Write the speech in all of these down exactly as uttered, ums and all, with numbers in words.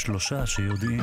שלושה שיודעים.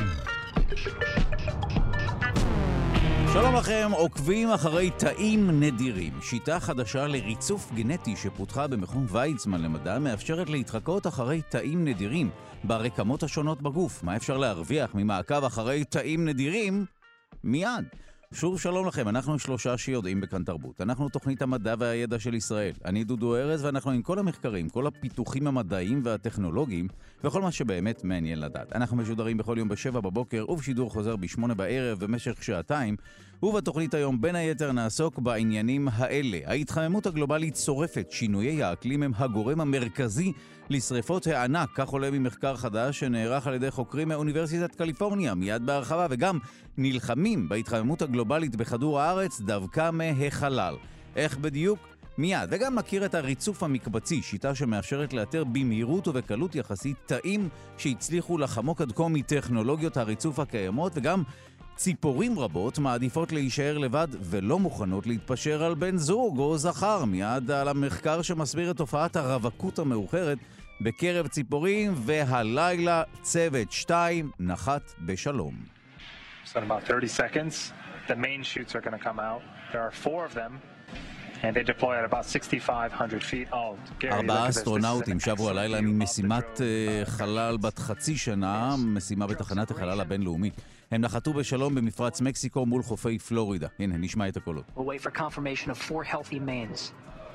שלום לכם, עוקבים אחרי תאים נדירים. שיטה חדשה לריצוף גנטי שפותחה במכון ויצמן למדע מאפשרת להתחקות אחרי תאים נדירים ברקמות השונות בגוף. מה אפשר להרוויח ממעקב אחרי תאים נדירים? מיד. שוב שלום לכם, אנחנו שלושה שיודעים בכאן תרבות. אנחנו תוכנית המדע והידע של ישראל. אני דודו ארז ואנחנו עם כל המחקרים, כל הפיתוחים המדעיים והטכנולוגיים וכל מה שבאמת מעניין לדעת. אנחנו משודרים בכל יום בשבע בבוקר ובשידור חוזר בשמונה בערב במשך שעתיים, ובתוכנית היום בין היתר נעסוק בעניינים האלה. ההתחממות הגלובלית שורפת, שינויי האקלים הם הגורם המרכזי לשריפות הענק, כך עולה ממחקר חדש שנערך על ידי חוקרים מאוניברסיטת קליפורניה, מיד בהרחבה, וגם נלחמים בהתחממות הגלובלית בכדור הארץ דווקא מהחלל. איך בדיוק? מיד. וגם נכיר את הריצוף המקבצי, שיטה שמאפשרת לאתר במהירות ובקלות יחסית תאים שהצליחו לחמוק עד כה מטכנולוגיות הריצוף הקיימות, וגם ציפורים רבות מעדיפות להישאר לבד ולא מוכנות להתפשר על בן זוג או זכר. מיד על המחקר שמסביר את תופעת הרווקות המאוחרת בקרב ציפורים, והלילה צוות שתיים נחת בשלום. So in about thirty seconds, the main chutes are going to come out. There are four of them, and they deploy at about sixty-five hundred feet. Oh, Gary, ארבעה אסטרונאוטים שבו הלילה ממשימת חלל בת חצי שנה, משימה בתחנת החלל הבינלאומית. הם נחתו בשלום במפרץ מקסיקו מול חופי פלורידה. הנה, נשמע את הקולות. We'll wait for confirmation of four healthy mains.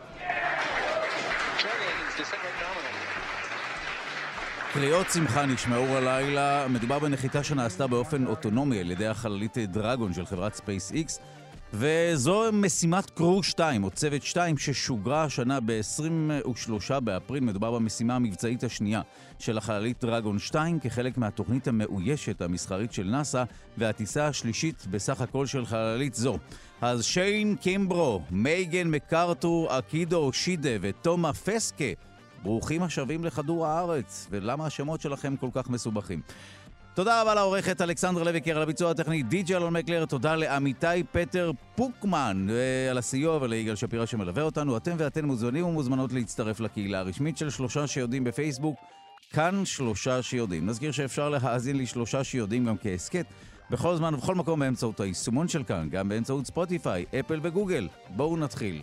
קריאות שמחה נשמעו הלילה. מדובר בנחיתה שנעשתה באופן אוטונומי על ידי החללית דרגון של חברת ספייס איקס, וזו משימת קרו שתיים או צוות שתיים ששוגרה השנה ב-עשרים ושלושה באפריל. מדובר במשימה המבצעית השנייה של החללית דרגון שתיים כחלק מהתוכנית המאוישת המסחרית של נאסא, והטיסה השלישית בסך הכל של חללית זו. אז שיין קימברו, מייגן מקארתור, אקידו שידה ותומה פסקה, ברוכים השבים לכדור הארץ. ולמה השמות שלכם כל כך מסובכים? תודה רבה לעורכת אלכסנדר לויקר על הביצוע הטכני, די.ג'יי אלון מקלר. תודה לעמיתי פטר פוקמן על הסיוע וליגאל שפירא שמלווה אותנו. אתם ואתן מוזמנים ומוזמנות להצטרף לקהילה הרשמית של שלושה שיודעים בפייסבוק, כאן שלושה שיודעים. נזכיר שאפשר להאזין לי שלושה שיודעים גם כעסקט בכל זמן ובכל מקום באמצעות היישומון של כאן, גם באמצעות ספוטיפיי, אפל וגוגל. בואו נתחיל.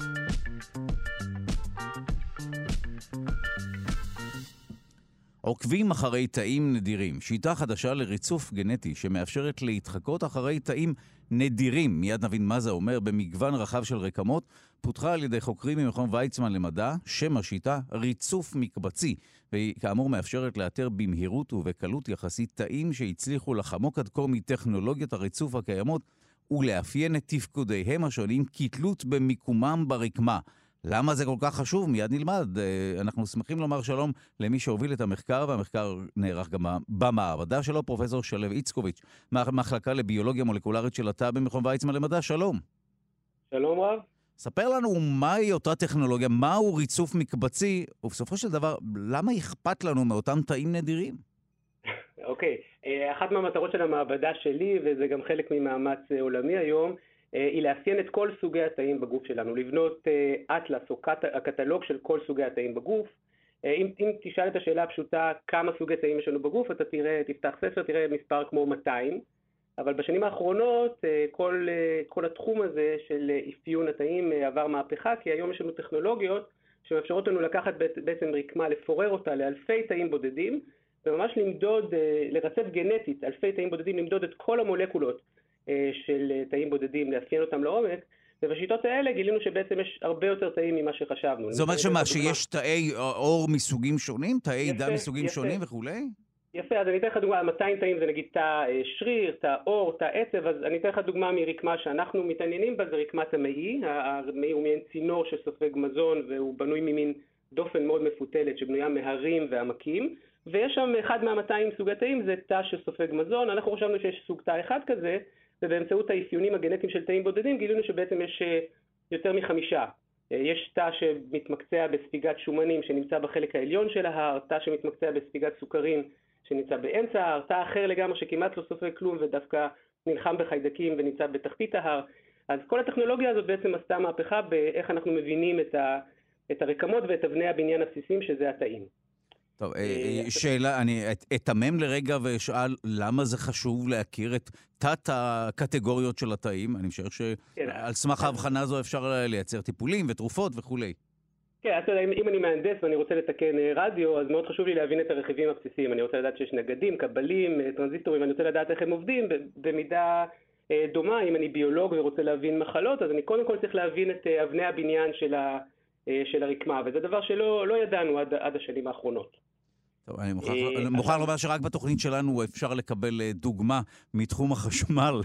עוקבים אחרי תאים נדירים, שיטה חדשה לריצוף גנטי שמאפשרת להתחקות אחרי תאים נדירים, מיד נבין מה זה אומר, במגוון רחב של רקמות, פותחה על ידי חוקרים ממכון ויצמן למדע. שם השיטה ריצוף מקבצי, והיא כאמור מאפשרת לאתר במהירות ובקלות יחסית תאים שהצליחו לחמוק עד כה מטכנולוגיות הריצוף הקיימות ולאפיין את תפקודיהם השונים כתלות במיקומם ברקמה. למה זה כל כך חשוב? מיד נלמד. אנחנו שמחים לומר שלום למי שהוביל את המחקר, והמחקר נערך גם במעבדה שלו, פרופסור שלו איצקוביץ', מהמחלקה לביולוגיה מולקולרית של התא במכון ויצמן למדע. שלום. שלום רב. ספר לנו מהי אותה טכנולוגיה, מהו ריצוף מקבצי, ובסופו של דבר, למה אכפת לנו מאותם תאים נדירים? אוקיי, אחת מהמטרות של המעבדה שלי, וזה גם חלק ממאמץ עולמי היום, היא לאפיין את כל סוגי התאים בגוף שלנו, לבנות אטלס או הקטלוג של כל סוגי התאים בגוף. אם, אם תשאל את השאלה הפשוטה כמה סוגי תאים יש לנו בגוף, אתה תראה, תפתח ספר, תראה מספר כמו מאתיים, אבל בשנים האחרונות כל, כל התחום הזה של אפיון התאים עבר מהפכה, כי היום יש לנו טכנולוגיות שמאפשרות לנו לקחת בעצם רקמה, לפורר אותה לאלפי תאים בודדים, וממש למדוד, לרצף גנטית, אלפי תאים בודדים, למדוד את כל המולקולות של תאים בודדים, לאפיין אותם לעומק, ובשיטות האלה גילינו שבעצם יש הרבה יותר תאים ממה שחשבנו. זאת אומרת שמה, שיש תאי אור מסוגים שונים, תאי דם מסוגים שונים וכו'? יפה, אז אני אתן לך דוגמה, מאתיים תאים זה נגיד תא שריר, תא אור, תא עצב, אז אני אתן לך דוגמה מרקמה שאנחנו מתעניינים בה, זה רקמת המעי. המעי הוא מעין צינור שסופג מזון, והוא בנוי ממין דופן מאוד מפותלת שבנויה מהרים ועמקים, ויש שם אחד מה-מאתיים סוגי תאים, זה תא שסופג מזון. אנחנו חשבנו שיש סוג תא אחד כזה, ובאמצעות האפיונים הגנטיים של תאים בודדים גילינו שבעצם יש יותר מחמישה. יש תא שמתמקצע בספיגת שומנים שנמצא בחלק העליון של ההר, תא שמתמקצע בספיגת סוכרים שנמצא באמצע ההר, תא אחר לגמרי שכמעט לא סופג כלום ודווקא נלחם בחיידקים ונמצא בתחתית ההר. אז כל הטכנולוגיה הזאת בעצם עשתה מהפכה באיך אנחנו מבינים את, ה, את הרקמות ואת אבני הבניין הבסיסיים שזה התאים. טוב, שאלה, אני אתמם לרגע ושאל למה זה חשוב להכיר את תת הקטגוריות של התאים. אני חושב שעל סמך ההבחנה הזו אפשר לייצר טיפולים ותרופות וכולי. כן, אתה יודע, אם אני מהנדס ואני רוצה לתקן רדיו, אז מאוד חשוב לי להבין את הרכיבים הבסיסיים. אני רוצה לדעת שיש נגדים, קבלים, טרנזיסטורים, אני רוצה לדעת איך הם עובדים. במידה דומה, אם אני ביולוג ורוצה להבין מחלות, אז אני קודם כל צריך להבין את אבני הבניין של ה... של הרקמה, וזה דבר שלא לא ידענו עד, עד השנים האחרונות. טוב, אני מוכרח, מוכרח לומר שרק בתוכנית שלנו אפשר לקבל דוגמה מתחום החשמל,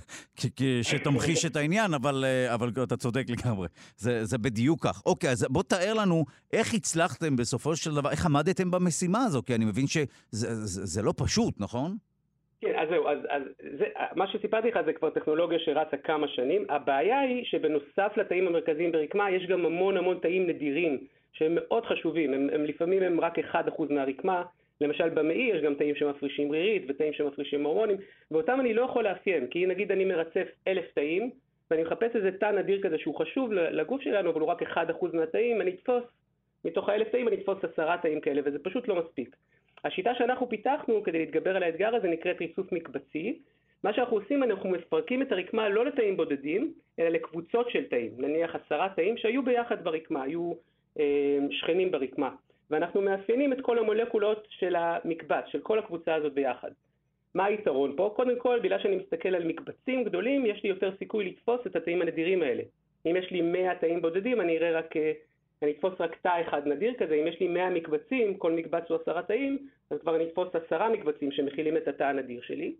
שתמחיש את העניין, אבל, אבל אתה צודק לגמרי. זה, זה בדיוק כך. אוקיי, אז בוא תאר לנו איך הצלחתם בסופו של דבר, איך עמדתם במשימה הזו, כי אני מבין שזה זה, זה לא פשוט, נכון? כן, אז זהו, אז, אז זה, מה שסיפרתי לך זה כבר טכנולוגיה שרצה כמה שנים. הבעיה היא שבנוסף לתאים המרכזיים ברקמה, יש גם המון המון תאים נדירים שהם מאוד חשובים. הם, הם לפעמים הם רק אחד אחוז מהרקמה. למשל במעי יש גם תאים שמפרישים רירית ותאים שמפרישים הורמונים, ואותם אני לא יכול לאפיין, כי נגיד אני מרצף אלף תאים, ואני מחפש איזה תא נדיר כזה שהוא חשוב לגוף שלנו, אבל הוא רק אחד אחוז מהתאים, אני אתפוס, מתוך האלף תאים אני אתפוס עשרה תאים כאלה, וזה פשוט לא מספיק. השיטה שאנחנו פיתחנו כדי להתגבר על האתגר הזה נקראת ריצוף מקבצי. מה שאנחנו עושים, אנחנו מפרקים את הרקמה לא לתאים בודדים, אלא לקבוצות של תאים, נניח עשרה תאים שהיו ביחד ברקמה, היו אה, שכנים ברקמה. ואנחנו מאפיינים את כל המולקולות של המקבץ, של כל הקבוצה הזאת ביחד. מה היתרון פה? קודם כל, בגלל שאני מסתכל על מקבצים גדולים, יש לי יותר סיכוי לתפוס את התאים הנדירים האלה. אם יש לי מאה תאים בודדים, אני אראה רק, אני אתפוס רק תא אחד נדיר כזה. אם יש לי מאה מקבצים, כל מקבץ הוא עשרה תאים, אז כבר אני אתפוס עשרה מקבצים שמכילים את התא הנדיר שלי.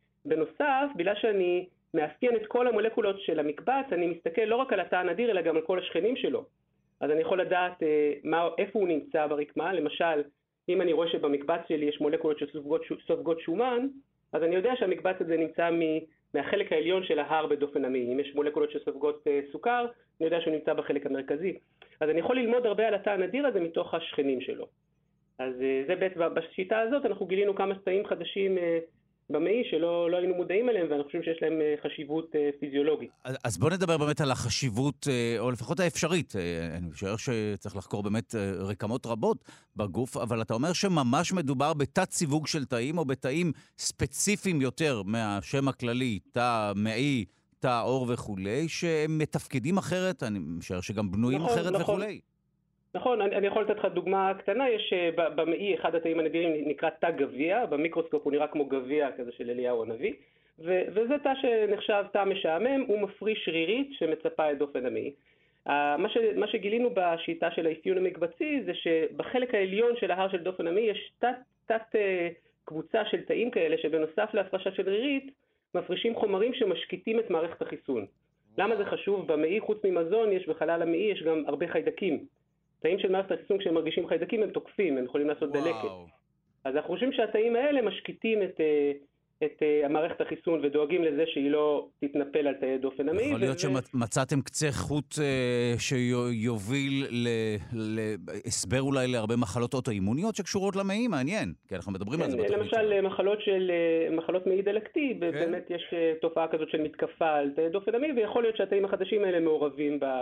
בנוסף, בגלל שאני מאפיין את כל המולקולות של המקבץ, אני מסתכל לא רק על התא הנדיר, אלא גם על כל השכנים שלו. אז אני יכול לדעת אה, מה, איפה הוא נמצא ברקמה. למשל, אם אני רואה שבמקבץ שלי יש מולקולות שסופגות שומן, אז אני יודע שהמקבץ הזה נמצא מ, מהחלק העליון של ההר בדופן המעי. אם יש מולקולות שסופגות אה, סוכר, אני יודע שהוא נמצא בחלק המרכזי. אז אני יכול ללמוד הרבה על התא הנדיר הזה מתוך השכנים שלו. אז אה, זה בעצם, בשיטה הזאת אנחנו גילינו כמה תאים חדשים אה, במעי שלא לא היינו מודעים אליהם, ואנחנו חושבים שיש להם חשיבות פיזיולוגית. אז, אז בוא נדבר באמת על החשיבות, או לפחות האפשרית. אני חושב שצריך לחקור באמת רקמות רבות בגוף, אבל אתה אומר שממש מדובר בתת סיווג של תאים, או בתאים ספציפיים יותר מהשם הכללי, תא מעי, תא עור וכולי, שהם מתפקדים אחרת, אני חושב שגם בנויים נכון, אחרת נכון. וכולי. נכון, אני, אני יכול לתת לך דוגמה קטנה. יש במעי אחד התאים הנדירים נקרא תא גביע, במיקרוסקופ הוא נראה כמו גביע כזה של אליהו הנביא, ו, וזה תא שנחשב תא משעמם, הוא מפריש רירית שמצפה את דופן המעי. Uh, מה, ש, מה שגילינו בשיטה של האפיון המקבצי זה שבחלק העליון של ההר של דופן המעי יש תת, תת uh, קבוצה של תאים כאלה שבנוסף להפרשה של רירית מפרישים חומרים שמשקיטים את מערכת החיסון. למה זה חשוב? במעי חוץ ממזון יש בחלל המעי יש גם הרבה חיידקים. תאים של מערכת החיסון כשהם מרגישים חיידקים הם תוקפים, הם יכולים לעשות וואו. דלקת. אז אנחנו חושבים שהתאים האלה משקיטים את, את המערכת החיסון ודואגים לזה שהיא לא תתנפל על תאי דופן המעי. יכול להיות ו... שמצאתם קצה חוט uh, שיוביל להסבר אולי להרבה מחלות אוטואימוניות שקשורות למעי, מעניין, כי אנחנו מדברים כן, על זה בתוכנית. למשל מחלות של מחלות מעי דלקתי, כן. באמת יש תופעה כזאת של מתקפה על תאי דופן המעי, ויכול להיות שהתאים החדשים האלה מעורבים ב...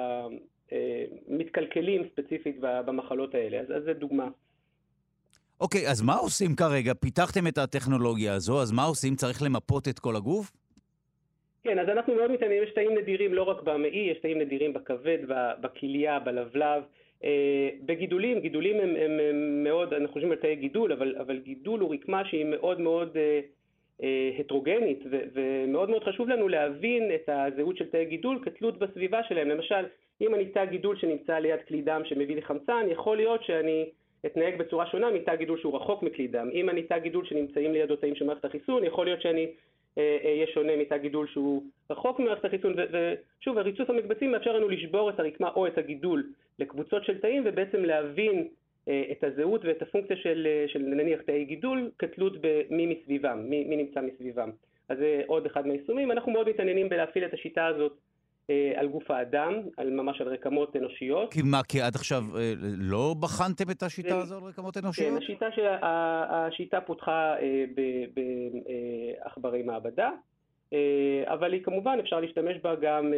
מתקלקלים ספציפית במחלות האלה, אז, אז זה דוגמה. אוקיי, אז מה עושים כרגע? פיתחתם את הטכנולוגיה הזו, אז מה עושים? צריך למפות את כל הגוף? כן, אז אנחנו מאוד מתעניינים, יש תאים נדירים לא רק במעי, יש תאים נדירים בכבד, בכליה, בלבלב, בגידולים, גידולים הם, הם, הם מאוד, אנחנו חושבים על תאי גידול, אבל, אבל גידול הוא רקמה שהיא מאוד מאוד הטרוגנית, ו- ומאוד מאוד חשוב לנו להבין את הזהות של תאי גידול כתלות בסביבה שלהם. למשל, אם אני תא גידול שנמצא ליד כלי דם שמביא לי חמצן, יכול להיות שאני אתנהג בצורה שונה מתא גידול שהוא רחוק מכלי דם. אם אני תא גידול שנמצאים לידו תאים של מערכת החיסון, יכול להיות שאני אהיה שונה מתא גידול שהוא רחוק ממערכת החיסון. ושוב, הריצוף המקבצי מאפשר לנו לשבור את הרקמה או את הגידול לקבוצות של תאים, ובעצם להבין את הזהות ואת הפונקציה של, של נניח תאי גידול כתלות במי מסביבם, מי, מי נמצא מסביבם. אז זה עוד אחד מהיישומים. אנחנו מאוד מתעניינים בלהפעיל את השיטה הזאת על גוף האדם, על ממש על רקמות אנושיות. כי מה, כי עד עכשיו לא בחנתם את השיטה הזו על רקמות אנושיות? כן, השיטה, השיטה פותחה בעכברי מעבדה, אבל היא כמובן אפשר להשתמש בה גם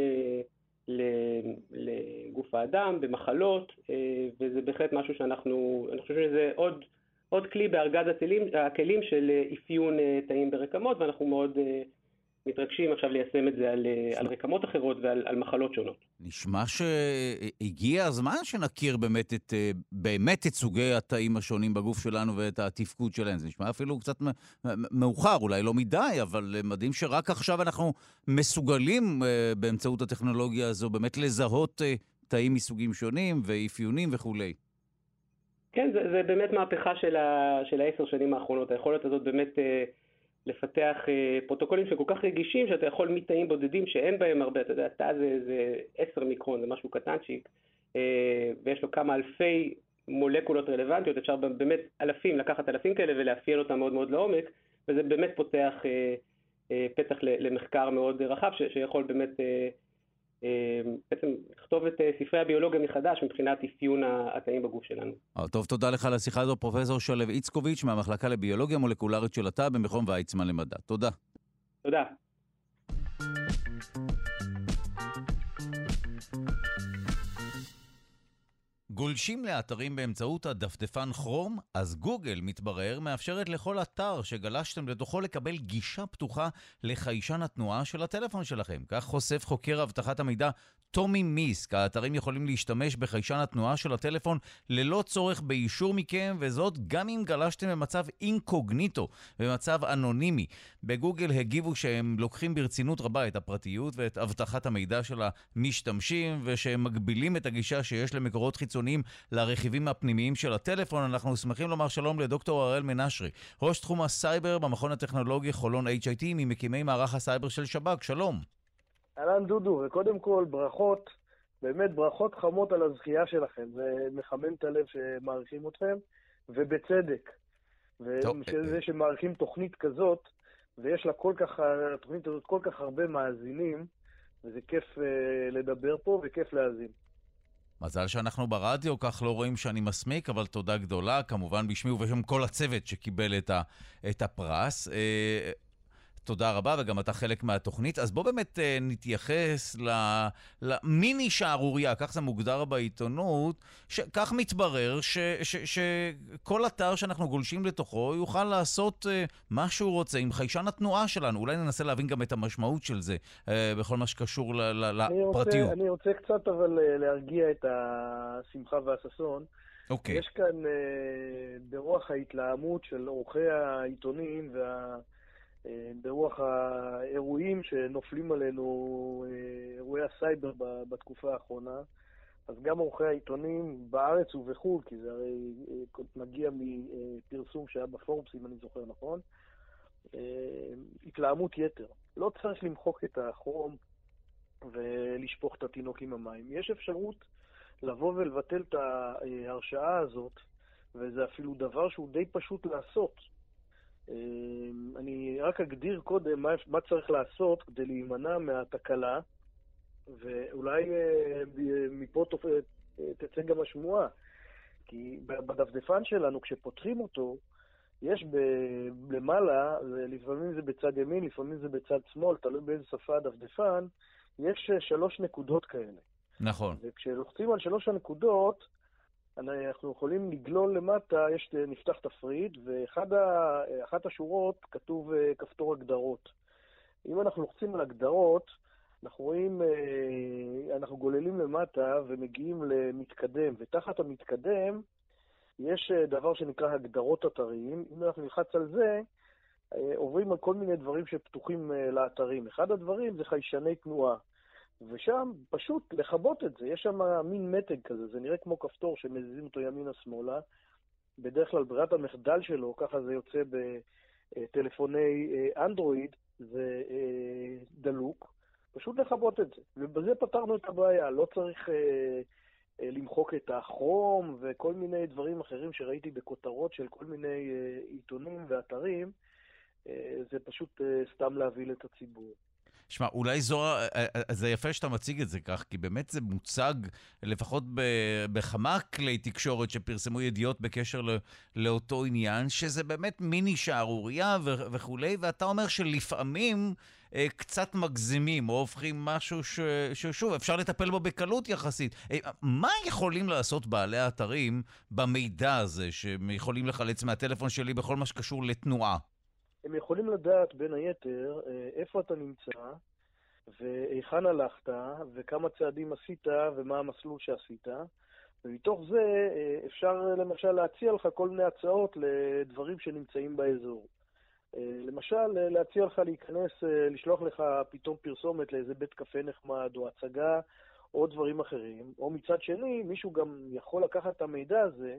לגוף האדם, במחלות, וזה בהחלט משהו שאנחנו, אני חושב שזה עוד, עוד כלי בארגז הכלים, הכלים של אפיון תאים ברקמות, ואנחנו מאוד מתרגשים עכשיו ליישם את זה על, על רקמות אחרות ועל על מחלות שונות. נשמע שהגיע הזמן שנכיר באמת את, באמת את סוגי התאים השונים בגוף שלנו ואת התפקוד שלהם. זה נשמע אפילו קצת מאוחר, אולי לא מדי, אבל מדהים שרק עכשיו אנחנו מסוגלים באמצעות הטכנולוגיה הזו באמת לזהות תאים מסוגים שונים ואפיונים וכולי. כן, זה, זה באמת מהפכה של, ה, של העשר שנים האחרונות. היכולת הזאת באמת לפתח פרוטוקולים שכל כך רגישים, שאתה יכול מתאים בודדים שאין בהם הרבה, אתה יודע, תא זה, זה עשר מיקרון, זה משהו קטנצ'יק, ויש לו כמה אלפי מולקולות רלוונטיות, אפשר באמת אלפים, לקחת אלפים כאלה ולאפיין אותם מאוד מאוד לעומק, וזה באמת פותח פתח למחקר מאוד רחב, שיכול באמת בעצם לכתוב את ספרי הביולוגיה מחדש מבחינת אפיון התאים בגוף שלנו. טוב, תודה לך על השיחה הזו, פרופסור שלו איצקוביץ' מהמחלקה לביולוגיה מולקולרית של התא במכון ויצמן למדע. תודה. תודה. גולשים לאתרים באמצעות הדפדפן כרום, אז גוגל, מתברר, מאפשרת לכל אתר שגלשתם לתוכו לקבל גישה פתוחה לחיישן התנועה של הטלפון שלכם. כך חושף חוקר אבטחת המידע טומי מיסק. האתרים יכולים להשתמש בחיישן התנועה של הטלפון ללא צורך באישור מכם, וזאת גם אם גלשתם במצב אינקוגניטו, במצב אנונימי. בגוגל הגיבו שהם לוקחים ברצינות רבה את הפרטיות ואת אבטחת המידע של המשתמשים, ושהם מגבילים את הגישה שיש למקורות חיצוניים לרכיבים הפנימיים של הטלפון. אנחנו שמחים לומר שלום לדוקטור הראל מנשרי, ראש תחום הסייבר במכון הטכנולוגי חולון אייץ' איי טי, ממקימי מערך הסייבר של שב"כ. שלום. אהלן דודו, וקודם כל ברכות, באמת ברכות חמות על הזכייה שלכם, זה מחמם את הלב שמעריכים אתכם, ובצדק. וזה שמעריכים תוכנית כזאת, ויש לה כל כך, התוכנית הזאת כל כך הרבה מאזינים, וזה כיף לדבר פה וכיף להאזין. מזל שאנחנו ברדיו, כך לא רואים שאני מסמיק, אבל תודה גדולה, כמובן בשמי ובשם כל הצוות שקיבל את, ה, את הפרס. תודה רבה, וגם אתה חלק מהתוכנית. אז בוא באמת נתייחס למיני שערוריה, כך זה מוגדר בעיתונות, שכך מתברר ש, ש, שכל אתר שאנחנו גולשים לתוכו יוכל לעשות מה שהוא רוצה עם חיישן התנועה שלנו. אולי ננסה להבין גם את המשמעות של זה בכל מה שקשור לפרטיות. אני רוצה קצת אבל להרגיע את השמחה והששון. Okay. יש כאן ברוח ההתלהמות של עורכי העיתונים וה... ברוח האירועים שנופלים עלינו, אירועי הסייבר בתקופה האחרונה, אז גם עורכי העיתונים בארץ ובחול, כי זה הרי מגיע מפרסום שהיה בפורבס, אם אני זוכר נכון, התלהמות יתר. לא צריך למחוק את הכרום ולשפוך את התינוק עם המים. יש אפשרות לבוא ולבטל את ההרשאה הזאת, וזה אפילו דבר שהוא די פשוט לעשות. אני רק אגדיר קודם מה, מה צריך לעשות כדי להימנע מהתקלה, ואולי מפה תצא גם השמועה, כי בדפדפן שלנו כשפותחים אותו יש ב- למעלה, לפעמים זה בצד ימין, לפעמים זה בצד שמאל, תלוי באיזה שפה הדפדפן, יש שלוש נקודות כאלה. נכון. וכשלוחצים על שלוש הנקודות אנחנו יכולים לגלול למטה, יש נפתח תפריט, ואחת השורות כתוב כפתור הגדרות. אם אנחנו לוחצים על הגדרות, אנחנו רואים, אנחנו גוללים למטה ומגיעים למתקדם, ותחת המתקדם יש דבר שנקרא הגדרות אתרים. אם אנחנו נלחץ על זה, עוברים על כל מיני דברים שפתוחים לאתרים. אחד הדברים זה חיישני תנועה. ושם פשוט לחבות את זה, יש שם מין מתג כזה, זה נראה כמו כפתור שמזיזים אותו ימינה-שמאלה, בדרך כלל ברירת המחדל שלו, ככה זה יוצא בטלפוני אנדרואיד, זה דלוק, פשוט לחבות את זה, ובזה פתרנו את הבעיה, לא צריך למחוק את הכרום וכל מיני דברים אחרים שראיתי בכותרות של כל מיני עיתונים ואתרים, זה פשוט סתם להביא את הציבור. שמע, אולי זו, זה יפה שאתה מציג את זה כך, כי באמת זה מוצג, לפחות בכמה כלי תקשורת שפרסמו ידיעות בקשר לאותו עניין, שזה באמת מיני שערוריה וכו', ואתה אומר שלפעמים קצת מגזימים, או הופכים משהו ששוב, אפשר לטפל בו בקלות יחסית. מה יכולים לעשות בעלי האתרים במידע הזה, שהם יכולים לחלץ מהטלפון שלי בכל מה שקשור לתנועה? הם יכולים לדעת בין היתר איפה אתה נמצא, ואיכן הלכת, וכמה צעדים עשית, ומה המסלול שעשית, ומתוך זה אפשר למשל להציע לך כל מיני הצעות לדברים שנמצאים באזור. למשל, להציע לך להיכנס, לשלוח לך פתאום פרסומת לאיזה בית קפה נחמד, או הצגה, או דברים אחרים. או מצד שני, מישהו גם יכול לקחת את המידע הזה,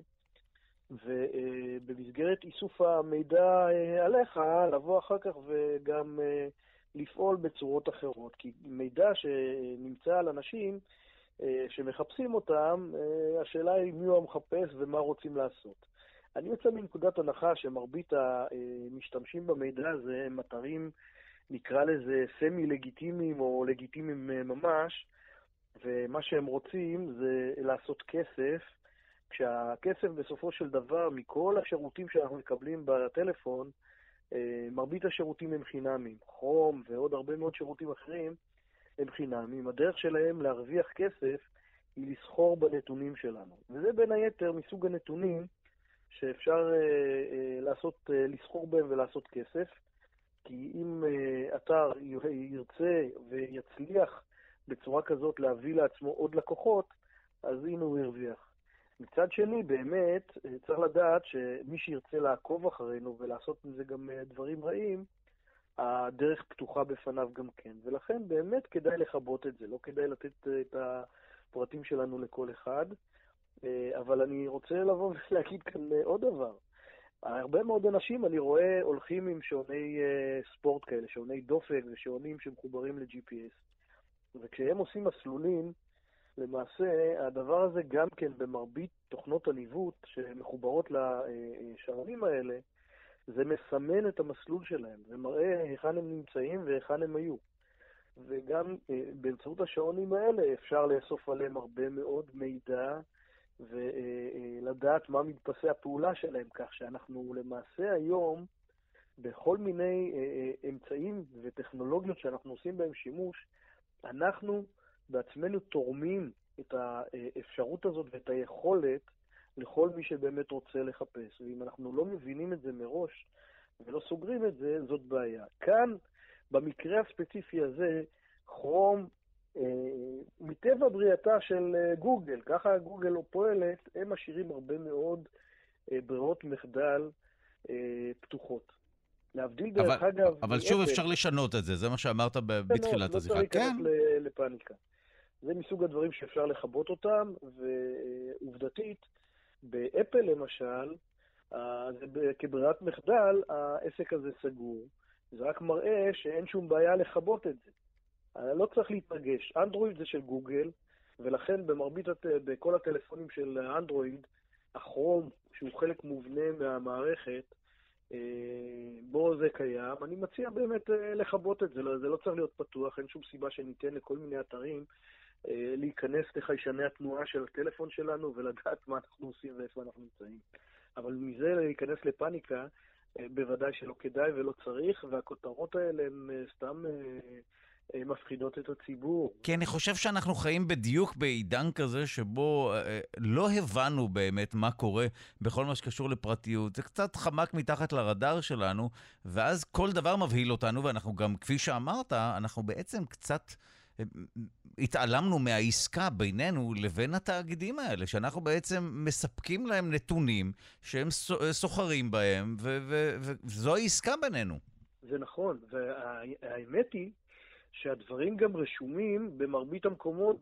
ובמסגרת איסוף המידע עליך, לבוא אחר כך וגם לפעול בצורות אחרות. כי מידע שנמצא על אנשים שמחפשים אותם, השאלה היא מי הוא המחפש ומה רוצים לעשות. אני יוצא מנקודת הנחה שמרבית המשתמשים במידע הזה הם אתרים, נקרא לזה סמי-לגיטימיים או לגיטימיים ממש, ומה שהם רוצים זה לעשות כסף, כשהכסף בסופו של דבר, מכל השירותים שאנחנו מקבלים בטלפון, מרבית השירותים הם חינמים. חום ועוד הרבה מאוד שירותים אחרים הם חינמים. הדרך שלהם להרוויח כסף היא לסחור בנתונים שלנו. וזה בין היתר מסוג הנתונים שאפשר לעשות, לסחור בהם ולעשות כסף. כי אם אתר ירצה ויצליח בצורה כזאת להביא לעצמו עוד לקוחות, אז הנה הוא ירוויח. מצד שני, באמת, צריך לדעת שמי שירצה לעקוב אחרינו ולעשות מזה גם דברים רעים, הדרך פתוחה בפניו גם כן. ולכן באמת כדאי לחבות את זה, לא כדאי לתת את הפרטים שלנו לכל אחד. אבל אני רוצה לבוא ולהגיד כאן עוד דבר. הרבה מאוד אנשים אני רואה הולכים עם שעוני ספורט כאלה, שעוני דופק ושעונים שמחוברים ל-ג'י פי אס. וכשהם עושים מסלולים, למעשה, הדבר הזה גם כן במרבית תוכנות הניווט שמחוברות לשעונים האלה, זה מסמן את המסלול שלהם, זה מראה היכן הם נמצאים והיכן הם היו. וגם באמצעות השעונים האלה אפשר לאסוף עליהם הרבה מאוד מידע ולדעת מה מתבצע הפעולה שלהם, כך שאנחנו למעשה היום בכל מיני אמצעים וטכנולוגיות שאנחנו עושים בהם שימוש, אנחנו בעצמנו תורמים את האפשרות הזאת ואת היכולת לכל מי שבאמת רוצה לחפש. ואם אנחנו לא מבינים את זה מראש ולא סוגרים את זה, זאת בעיה. כאן, במקרה הספציפי הזה, כרום, אה, מטבע בריאתה של אה, גוגל, ככה גוגל לא פועלת, הם משאירים הרבה מאוד אה, ברירות מחדל אה, פתוחות. להבדיל דרך אבל, אגב... אבל שוב אפשר לשנות את זה, זה מה שאמרת בתחילת השיחה. לא צריך להיכנס לפאניקה. זה מסוג הדברים שאפשר לחבות אותם, ועובדתית, באפל למשל, כברירת מחדל, העסק הזה סגור. זה רק מראה שאין שום בעיה לחבות את זה. לא צריך להתרגש. אנדרואיד זה של גוגל, ולכן במרבית, בכל הטלפונים של אנדרואיד, הכרום, שהוא חלק מובנה מהמערכת, בו זה קיים. אני מציע באמת לחבות את זה. זה לא צריך להיות פתוח, אין שום סיבה שניתן לכל מיני אתרים להיכנס לחיישני התנועה של הטלפון שלנו ולדעת מה אנחנו עושים ואיפה אנחנו נמצאים. אבל מזה להיכנס לפאניקה, בוודאי שלא כדאי ולא צריך, והכותרות האלה הן סתם מפחידות את הציבור. כי אני חושב שאנחנו חיים בדיוק בעידן כזה שבו לא הבנו באמת מה קורה בכל מה שקשור לפרטיות. זה קצת חמק מתחת לרדאר שלנו, ואז כל דבר מבהיל אותנו, ואנחנו גם, כפי שאמרת, אנחנו בעצם קצת התעלמנו מהעסקה בינינו לבין התאגידים האלה, שאנחנו בעצם מספקים להם נתונים שהם סוחרים בהם, וזו העסקה בינינו. זה נכון, והאמת היא שהדברים גם רשומים במרבית המקומות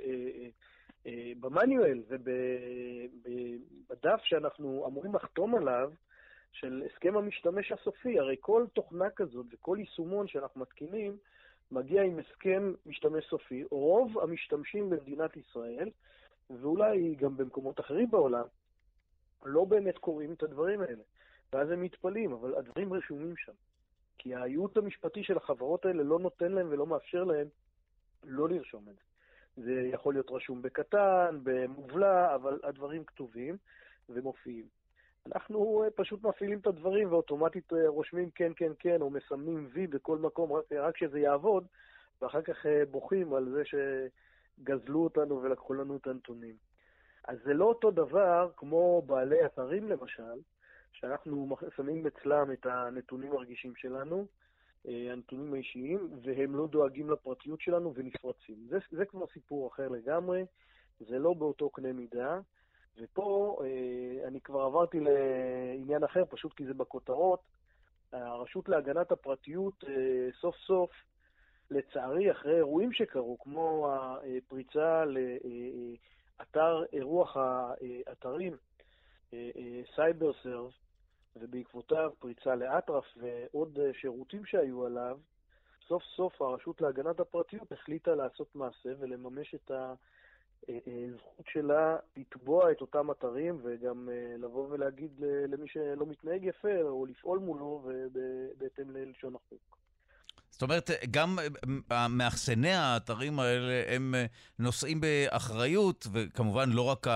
במניואל ובדף שאנחנו אמורים לחתום עליו של הסכם המשתמש הסופי. הרי כל תוכנה כזאת וכל יישומון שאנחנו מתקינים מגיע עם הסכם משתמש סופי. רוב המשתמשים במדינת ישראל, ואולי גם במקומות אחרים בעולם, לא באמת קוראים את הדברים האלה. ואז הם מתפלים, אבל הדברים רשומים שם. כי הייעוץ המשפטי של החברות האלה לא נותן להם ולא מאפשר להם לא לרשום את זה. זה יכול להיות רשום בקטן, במובלע, אבל הדברים כתובים ומופיעים. אנחנו פשוט מפעילים את הדברים ואוטומטית רושמים כן, כן, כן, או מסמנים וי בכל מקום, רק, רק שזה יעבוד, ואחר כך בוכים על זה שגזלו אותנו ולקחו לנו את הנתונים. אז זה לא אותו דבר כמו בעלי אתרים למשל, שאנחנו שמים אצלם את הנתונים הרגישים שלנו, הנתונים האישיים, והם לא דואגים לפרטיות שלנו ונפרצים. זה, זה כבר סיפור אחר לגמרי, זה לא באותו קנה מידה, ופה אני כבר עברתי לעניין אחר, פשוט כי זה בכותרות. הרשות להגנת הפרטיות סוף סוף, לצערי, אחרי אירועים שקרו, כמו הפריצה לאתר אירוח האתרים, סייבר סרב, ובעקבותיו פריצה לאטרף ועוד שירותים שהיו עליו, סוף סוף הרשות להגנת הפרטיות החליטה לעשות מעשה ולממש את הזכות שלה לתבוע את אותם אתרים, וגם לבוא ולהגיד למי שלא מתנהג יפה או לפעול מולו ובהתאם ללשון החוק. זאת אומרת, גם מאחסני האתרים האלה הם נושאים באחריות, וכמובן לא רק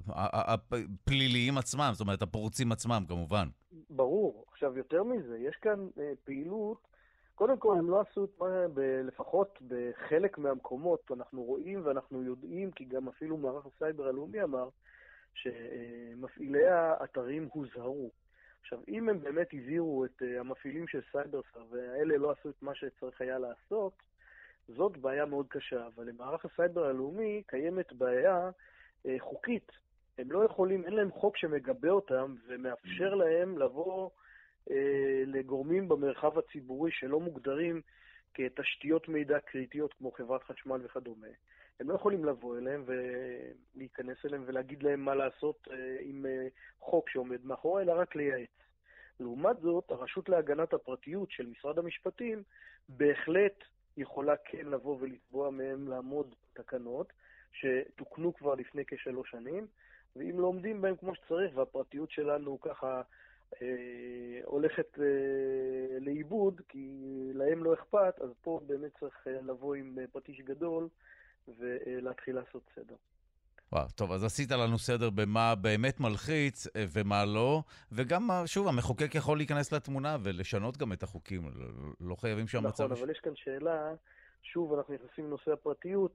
הפליליים עצמם, זאת אומרת, הפורצים עצמם, כמובן. ברור. עכשיו, יותר מזה, יש כאן פעילות, קודם כל הם לא עשו את מה, לפחות בחלק מהמקומות, אנחנו רואים ואנחנו יודעים, כי גם אפילו מערך הסייבר הלאומי אמר, שמפעילי האתרים הוזהרו. עכשיו, אם הם באמת הזהירו את המפעילים של סייברסר, והאלה לא עשו את מה שצריך היה לעשות, זאת בעיה מאוד קשה. אבל למערך הסייבר הלאומי קיימת בעיה אה, חוקית. הם לא יכולים, אין להם חוק שמגבה אותם ומאפשר להם לבוא אה, לגורמים במרחב הציבורי שלא מוגדרים כתשתיות מידע קריטיות כמו חברת חשמל וכדומה. הם לא יכולים לבוא אליהם ולהיכנס אליהם ולהגיד להם מה לעשות עם חוק שעומד מאחורי, אלא רק לייעץ. לעומת זאת, הרשות להגנת הפרטיות של משרד המשפטים בהחלט יכולה כן לבוא ולתבוע מהם לעמוד תקנות שתוקנו כבר לפני כשלוש שנים, ואם לא עומדים בהם כמו שצריך והפרטיות שלנו ככה אה, הולכת אה, לאיבוד, כי להם לא אכפת, אז פה באמת צריך לבוא עם פטיש גדול ולהתחיל לעשות סדר. וואו, טוב, אז עשית לנו סדר במה באמת מלחיץ ומה לא, וגם, שוב, המחוקק יכול להיכנס לתמונה ולשנות גם את החוקים, לא חייבים שהמצב... נכון, אבל יש כאן שאלה, שוב, אנחנו נכנסים לנושא הפרטיות,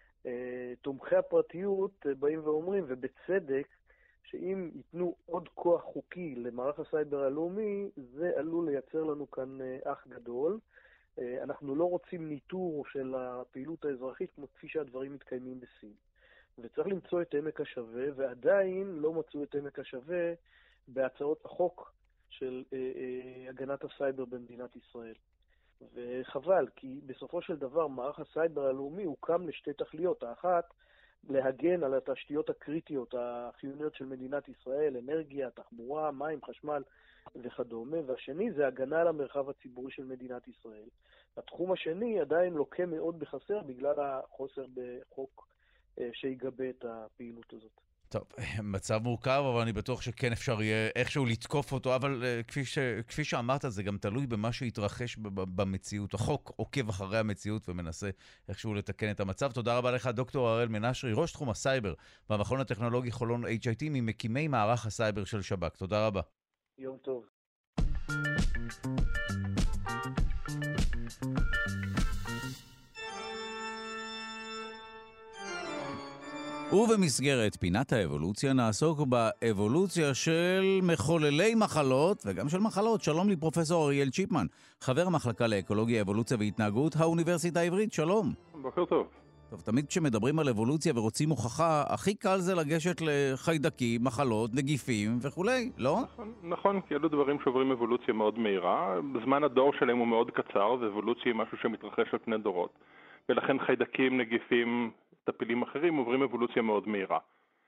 תומכי הפרטיות באים ואומרים, ובצדק, שאם ייתנו עוד כוח חוקי למערך הסייבר הלאומי, זה עלול לייצר לנו כאן אח גדול. אנחנו לא רוצים ניטור של הפעילות האזרחית כמו כפי שהדברים מתקיימים בסין. וצריך למצוא את עמק השווה, ועדיין לא מצאו את עמק השווה בהצעות החוק של אה, אה, הגנת הסייבר במדינת ישראל. וחבל, כי בסופו של דבר מערך הסייבר הלאומי הוקם לשתי תכליות. האחת, להגן על התשתיות הקריטיות החיוניות של מדינת ישראל, אנרגיה, תחבורה, מים, חשמל וכדומה, והשני זה הגנה על המרחב הציבורי של מדינת ישראל. התחום השני עדיין לוקה מאוד בחסר בגלל החוסר בחוק שיגבה את הפעילות הזאת. טוב, מצב מורכב, אבל אני בטוח שכן אפשר יהיה איכשהו לתקוף אותו, אבל כפי, ש, כפי שאמרת, זה גם תלוי במה שהתרחש במציאות. החוק עוקב אחרי המציאות ומנסה איכשהו לתקן את המצב. תודה רבה לך, דוקטור הראל מנשרי, ראש תחום הסייבר במכון הטכנולוגי חולון אייץ' איי טי, ממקימי מערך הסייבר של שב"כ. תודה רבה. יום טוב. ובמסגרת פינת האבולוציה נעסוק באבולוציה של מחוללי מחלות וגם של מחלות. שלום לי פרופסור אריאל צ'יפמן, חבר המחלקה לאקולוגיה, אבולוציה והתנהגות, האוניברסיטה העברית. שלום. בוקר טוב. טוב, תמיד כשמדברים על אבולוציה ורוצים הוכחה, הכי קל זה לגשת לחיידקים, מחלות, נגיפים וכולי, לא? נכון, נכון, כי אלו דברים שעוברים אבולוציה מאוד מהירה. בזמן הדור שלהם הוא מאוד קצר, ואבולוציה היא משהו שמתרחש על פני דורות. ולכן חיידקים, נגיפים, טפילים אחרים עוברים אבולוציה מאוד מהירה.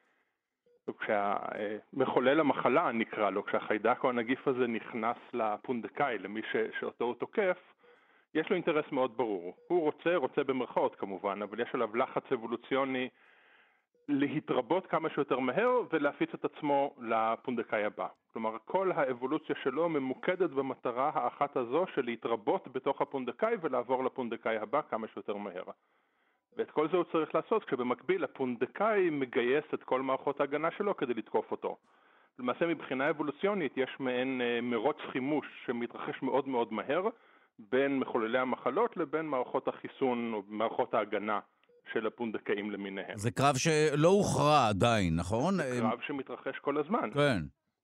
וכשהמחולל המחלה נקרא לו, כשהחיידק או הנגיף הזה נכנס לפונדקאי, למי ש... שאותו הוא תוקף, יש לו אינטרס מאוד ברור. הוא רוצה, רוצה במרכאות כמובן, אבל יש עליו לחץ אבולוציוני להתרבות כמה שיותר מהר ולהפיץ את עצמו לפונדקאי הבא. כלומר, כל האבולוציה שלו ממוקדת במטרה האחת הזו של להתרבות בתוך הפונדקאי ולעבור לפונדקאי הבא כמה שיותר מהר. ואת כל זה הוא צריך לעשות כשבמקביל הפונדקאי מגייס את כל מערכות ההגנה שלו כדי לתקוף אותו. למעשה מבחינה אבולוציונית יש מעין מרוץ חימוש שמתרחש מאוד מאוד מהר בין מחוללי המחלות לבין מערכות החיסון או מערכות ההגנה של הפונדקאים למיניהם. זה קרב שלא הוכרע עדיין, נכון? זה קרב שמתרחש כל הזמן. כן.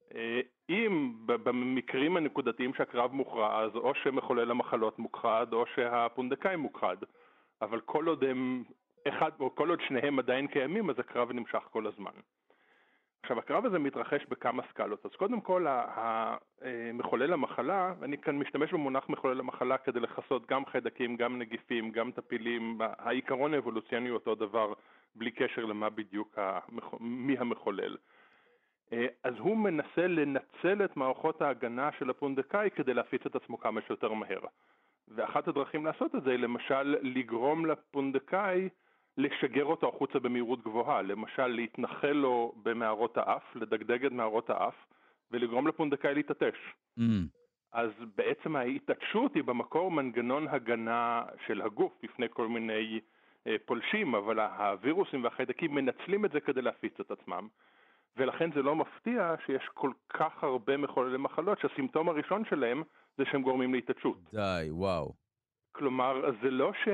אם במקרים הנקודתיים שהקרב מוכרע, אז או שמחולל המחלות מוכחד או שהפונדקאי מוכחד. אבל כל עוד הם אחד, או כל עוד שניהם עדיין קיימים, אז הקרב נמשך כל הזמן. עכשיו, הקרב הזה מתרחש בכמה סקלות. אז קודם כל, מחולל המחלה, אני כאן משתמש במונח מחולל המחלה כדי לחסות גם חיידקים, גם נגיפים, גם טפילים. העיקרון האבולוציוני הוא אותו דבר, בלי קשר למה בדיוק, מי המחולל. אז הוא מנסה לנצל את מערכות ההגנה של הפונדקאי כדי להפיץ את עצמו כמה שיותר מהר. ואחת הדרכים לעשות את זה היא למשל לגרום לפונדקאי לשגר אותו החוצה במהירות גבוהה, למשל להתנחל לו במערות האף, לדגדג את מערות האף, ולגרום לפונדקאי להתעטש. Mm. אז בעצם ההתעטשות היא במקור מנגנון הגנה של הגוף בפני כל מיני אה, פולשים, אבל הווירוסים והחיידקים מנצלים את זה כדי להפיץ את עצמם. ולכן זה לא מפתיע שיש כל כך הרבה מחוללי מחלות שהסימפטום הראשון שלהם זה שהם גורמים להתעטשות. די, וואו. כלומר, זה לא ש,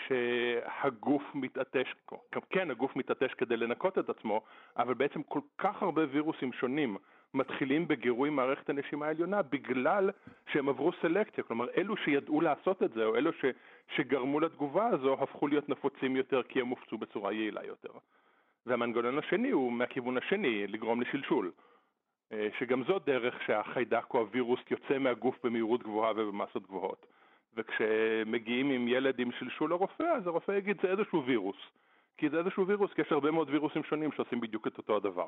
שהגוף מתעטש, כן, הגוף מתעטש כדי לנקות את עצמו, אבל בעצם כל כך הרבה וירוסים שונים מתחילים בגירוי מערכת הנשימה העליונה בגלל שהם עברו סלקציה. כלומר, אלו שידעו לעשות את זה, או אלו ש, שגרמו לתגובה הזו, הפכו להיות נפוצים יותר כי הם הופצו בצורה יעילה יותר. והמנגנון השני הוא מהכיוון השני, לגרום לשלשול. שגם זו דרך שהחיידק או הווירוס יוצא מהגוף במהירות גבוהה ובמסות גבוהות. וכשמגיעים עם ילד עם שלשול לרופא, אז הרופא יגיד זה איזשהו וירוס. כי זה איזשהו וירוס, כי יש הרבה מאוד וירוסים שונים שעושים בדיוק את אותו הדבר.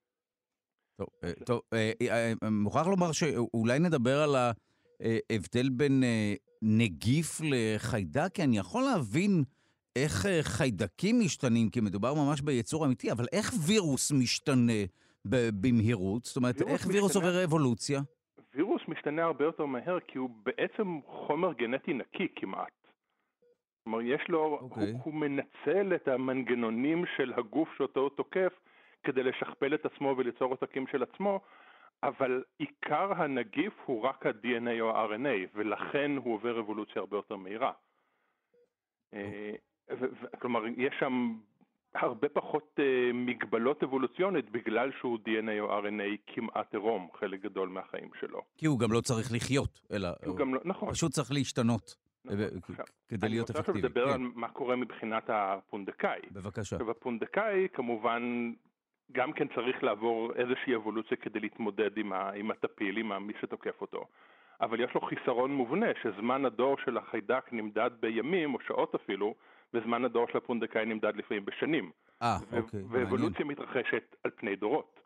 טוב, טוב, מוכרח לומר שאולי נדבר על ההבדל בין נגיף לחיידק, כי אני יכול להבין איך חיידקים משתנים, כי מדובר ממש ביצור אמיתי, אבל איך וירוס משתנה במהירות? זאת אומרת, איך וירוס עובר אבולוציה? וירוס משתנה הרבה יותר מהר, כי הוא בעצם חומר גנטי נקי כמעט. כלומר, יש לו, okay. הוא, הוא מנצל את המנגנונים של הגוף שאותו הוא תוקף, כדי לשכפל את עצמו וליצור עותקים של עצמו, אבל עיקר הנגיף הוא רק ה-די אן איי או ה-אר אן איי, ולכן הוא עובר אבולוציה הרבה יותר מהירה. Okay. כלומר, יש שם הרבה פחות uh, מגבלות אבולוציונית בגלל שהוא די אן איי או אר אן איי כמעט עירום חלק גדול מהחיים שלו. כי הוא גם לא צריך לחיות, אלא הוא גם לא, נכון. פשוט צריך להשתנות נכון. כדי להיות אפקטיבי. אני רוצה לדבר על מה קורה מבחינת הפונדקאי. בבקשה. ובפונדקאי כמובן גם כן צריך לעבור איזושהי אבולוציה כדי להתמודד עם, ה, עם הטפיל, עם מי שתוקף אותו. אבל יש לו חיסרון מובנה שזמן הדור של החיידק נמדד בימים או שעות אפילו, וזמן הדור של הפונדקאי נמדד לפעמים בשנים. אה, אוקיי. ואבולוציה מתרחשת על פני דורות.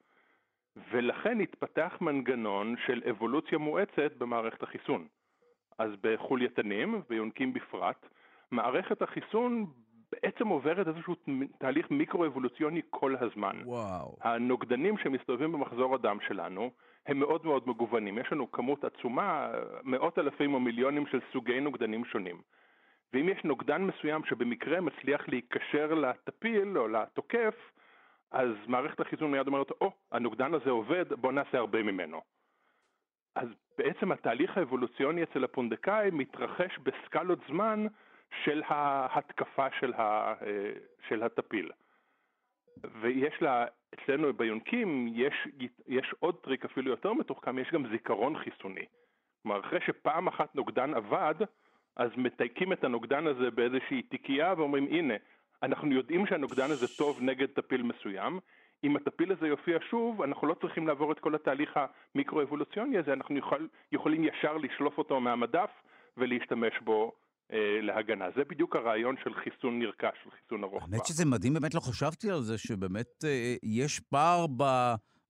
ולכן התפתח מנגנון של אבולוציה מואצת במערכת החיסון. אז בחולייתנים ויונקים בפרט, מערכת החיסון בעצם עוברת איזשהו תהליך מיקרו-אבולוציוני כל הזמן. וואו. הנוגדנים שמסתובבים במחזור הדם שלנו הם מאוד מאוד מגוונים. יש לנו כמות עצומה, מאות אלפים או מיליונים של סוגי נוגדנים שונים. ואם יש נוגדן מסוים שבמקרה מצליח להיקשר לטפיל או לתוקף, אז מערכת החיסון מיד אומרת, או, הנוגדן הזה עובד, בוא נעשה הרבה ממנו. אז בעצם התהליך האבולוציוני אצל הפונדקאי מתרחש בסקלות זמן של ההתקפה של, ה, של הטפיל. ויש לה, אצלנו ביונקים, יש, יש עוד טריק אפילו יותר מתוחכם, יש גם זיכרון חיסוני. כלומר, אחרי שפעם אחת נוגדן עבד, אז מתייקים את הנוגדן הזה באיזושהי תיקייה ואומרים, הנה, אנחנו יודעים שהנוגדן הזה טוב נגד טפיל מסוים. אם הטפיל הזה יופיע שוב, אנחנו לא צריכים לעבור את כל התהליך המיקרו-אבולוציוני הזה, אנחנו יכול, יכולים ישר לשלוף אותו מהמדף ולהשתמש בו אה, להגנה. זה בדיוק הרעיון של חיסון נרכש, של חיסון ארוך. האמת שזה מדהים, באמת לא חשבתי על זה, שבאמת אה, יש פער ב...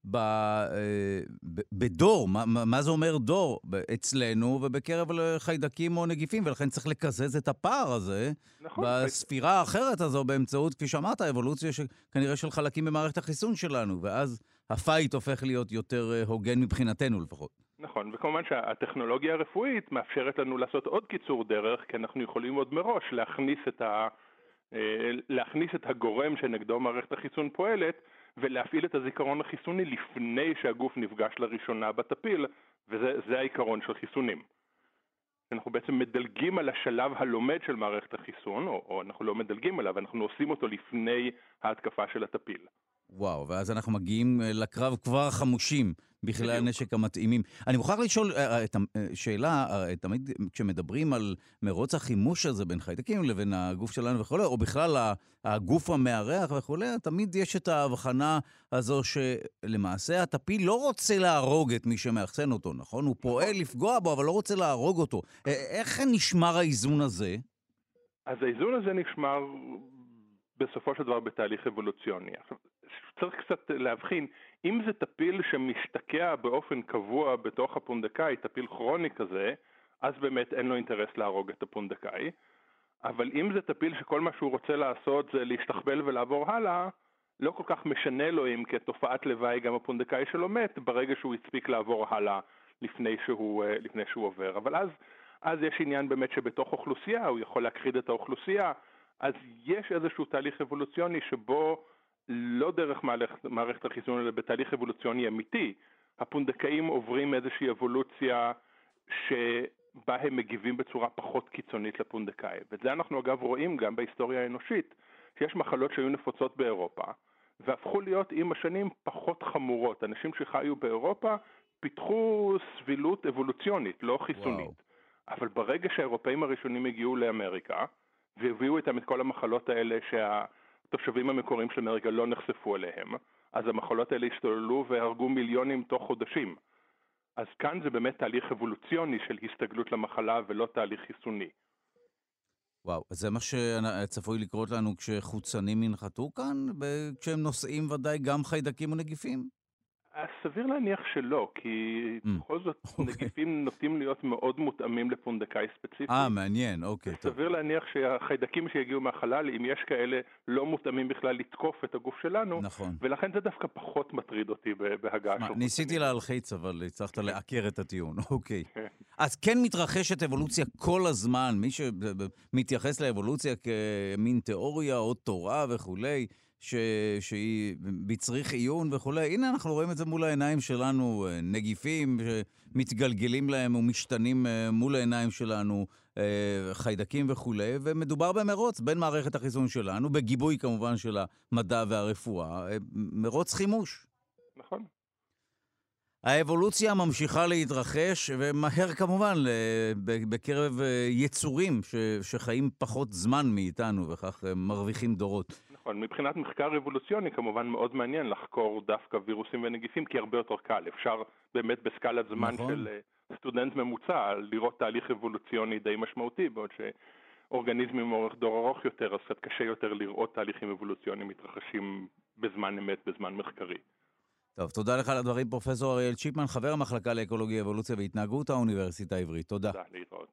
ב, אה, ב, בדור, מה, מה זה אומר דור? אצלנו ובקרב חיידקים או נגיפים, ולכן צריך לקזז את הפער הזה, נכון, בספירה האחרת הזו באמצעות, כפי שאמרת, האבולוציה שכנראה של חלקים במערכת החיסון שלנו, ואז הפייט הופך להיות יותר הוגן מבחינתנו לפחות. נכון, וכמובן שהטכנולוגיה הרפואית מאפשרת לנו לעשות עוד קיצור דרך, כי אנחנו יכולים עוד מראש להכניס את, ה, להכניס את הגורם שנגדו מערכת החיסון פועלת, ולהפעיל את הזיכרון החיסוני לפני שהגוף נפגש לראשונה בטפיל, וזה העיקרון של חיסונים. אנחנו בעצם מדלגים על השלב הלומד של מערכת החיסון, או, או אנחנו לא מדלגים עליו, אנחנו עושים אותו לפני ההתקפה של הטפיל. וואו, ואז אנחנו מגיעים לקרב כבר חמושים בכלי הנשק המתאימים. אני מוכרח לשאול את השאלה, תמיד כשמדברים על מרוץ החימוש הזה בין חיידקים לבין הגוף שלנו וכו', או בכלל הגוף המארח וכו', תמיד יש את ההבחנה הזו שלמעשה הטפיל לא רוצה להרוג את מי שמאחסן אותו, נכון? הוא פועל לפגוע בו, אבל לא רוצה להרוג אותו. איך נשמר האיזון הזה? אז האיזון הזה נשמר בסופו של דבר בתהליך אבולוציוני. עכשיו, צריך קצת להבחין, אם זה טפיל שמשתקע באופן קבוע בתוך הפונדקאי, טפיל כרוני כזה, אז באמת אין לו אינטרס להרוג את הפונדקאי. אבל אם זה טפיל שכל מה שהוא רוצה לעשות זה להשתחבל ולעבור הלאה, לא כל כך משנה לו אם כתופעת לוואי גם הפונדקאי שלו מת, ברגע שהוא הספיק לעבור הלאה לפני שהוא, לפני שהוא עובר. אבל אז, אז יש עניין באמת שבתוך אוכלוסייה, הוא יכול להכחיד את האוכלוסייה, אז יש איזשהו תהליך אבולוציוני שבו לא דרך מערכת החיסון, אלא בתהליך אבולוציוני אמיתי. הפונדקאים עוברים איזושהי אבולוציה שבה הם מגיבים בצורה פחות קיצונית לפונדקאי. ואת זה אנחנו אגב רואים גם בהיסטוריה האנושית, שיש מחלות שהיו נפוצות באירופה, והפכו להיות עם השנים פחות חמורות. אנשים שחיו באירופה פיתחו סבילות אבולוציונית, לא חיסונית. וואו. אבל ברגע שהאירופאים הראשונים הגיעו לאמריקה, והביאו איתם את כל המחלות האלה שהתושבים המקוריים של אמריקה לא נחשפו אליהם, אז המחלות האלה השתוללו והרגו מיליונים תוך חודשים. אז כאן זה באמת תהליך אבולוציוני של הסתגלות למחלה ולא תהליך חיסוני. וואו, זה מה שצפוי לקרות לנו כשחוצנים ינחתו כאן? כשהם נושאים ודאי גם חיידקים ונגיפים? סביר להניח שלא, כי בכל זאת נגיפים נוטים להיות מאוד מותאמים לפונדקאי ספציפי. אה, מעניין, אוקיי. סביר להניח שהחיידקים שיגיעו מהחלל, אם יש כאלה, לא מותאמים בכלל לתקוף את הגוף שלנו, נכון. ולכן זה דווקא פחות מטריד אותי בהגעה של חוצנים. ניסיתי להלחיץ, אבל הצלחת לעקר את הטיעון, אוקיי. אז כן מתרחשת אבולוציה כל הזמן, מי שמתייחס לאבולוציה כמין תיאוריה או תורה וכולי, ש... שהיא בצריך עיון וכולי. הנה אנחנו רואים את זה מול העיניים שלנו, נגיפים שמתגלגלים להם ומשתנים מול העיניים שלנו, חיידקים וכולי, ומדובר במרוץ בין מערכת החיסון שלנו, בגיבוי כמובן של המדע והרפואה, מרוץ חימוש. נכון. האבולוציה ממשיכה להתרחש, ומהר כמובן בקרב יצורים ש... שחיים פחות זמן מאיתנו, וכך מרוויחים דורות. נכון, מבחינת מחקר אבולוציוני כמובן מאוד מעניין לחקור דווקא וירוסים ונגיפים, כי הרבה יותר קל. אפשר באמת בסקלת זמן נכון. של סטודנט ממוצע לראות תהליך אבולוציוני די משמעותי, בעוד שאורגניזמים עם אורך דור ארוך יותר, אז קצת קשה יותר לראות תהליכים אבולוציוניים מתרחשים בזמן אמת, בזמן מחקרי. טוב, תודה לך על הדברים, פרופסור אריאל צ'יפמן, חבר המחלקה לאקולוגיה, אבולוציה והתנהגות האוניברסיטה העברית. תודה. תודה, להתראות.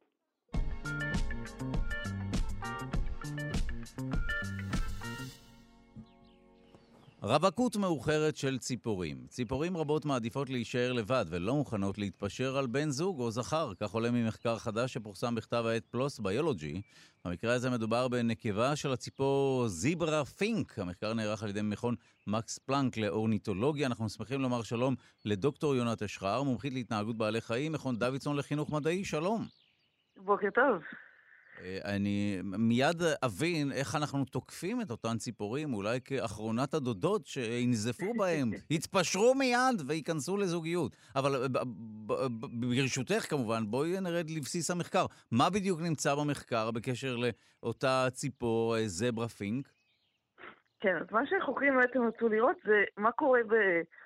רווקות מאוחרת של ציפורים. ציפורים רבות מעדיפות להישאר לבד ולא מוכנות להתפשר על בן זוג או זכר. כך עולה ממחקר חדש שפורסם בכתב העת פלוס ביולוגי. במקרה הזה מדובר בנקבה של הציפור זיברה פינק. המחקר נערך על ידי מכון מקס פלנק לאורניתולוגיה. אנחנו שמחים לומר שלום לדוקטור יונת אשחר, מומחית להתנהגות בעלי חיים, מכון דוידסון לחינוך מדעי. שלום. בוקר טוב. אני מיד אבין איך אנחנו תוקפים את אותן ציפורים, אולי כאחרונת הדודות שינזפו בהם, יתפשרו מיד וייכנסו לזוגיות. אבל ברשותך כמובן, בואי נרד לבסיס המחקר. מה בדיוק נמצא במחקר בקשר לאותה ציפור זברה פינק? כן, אז מה שהחוקרים בעצם רצו לראות זה מה קורה ב...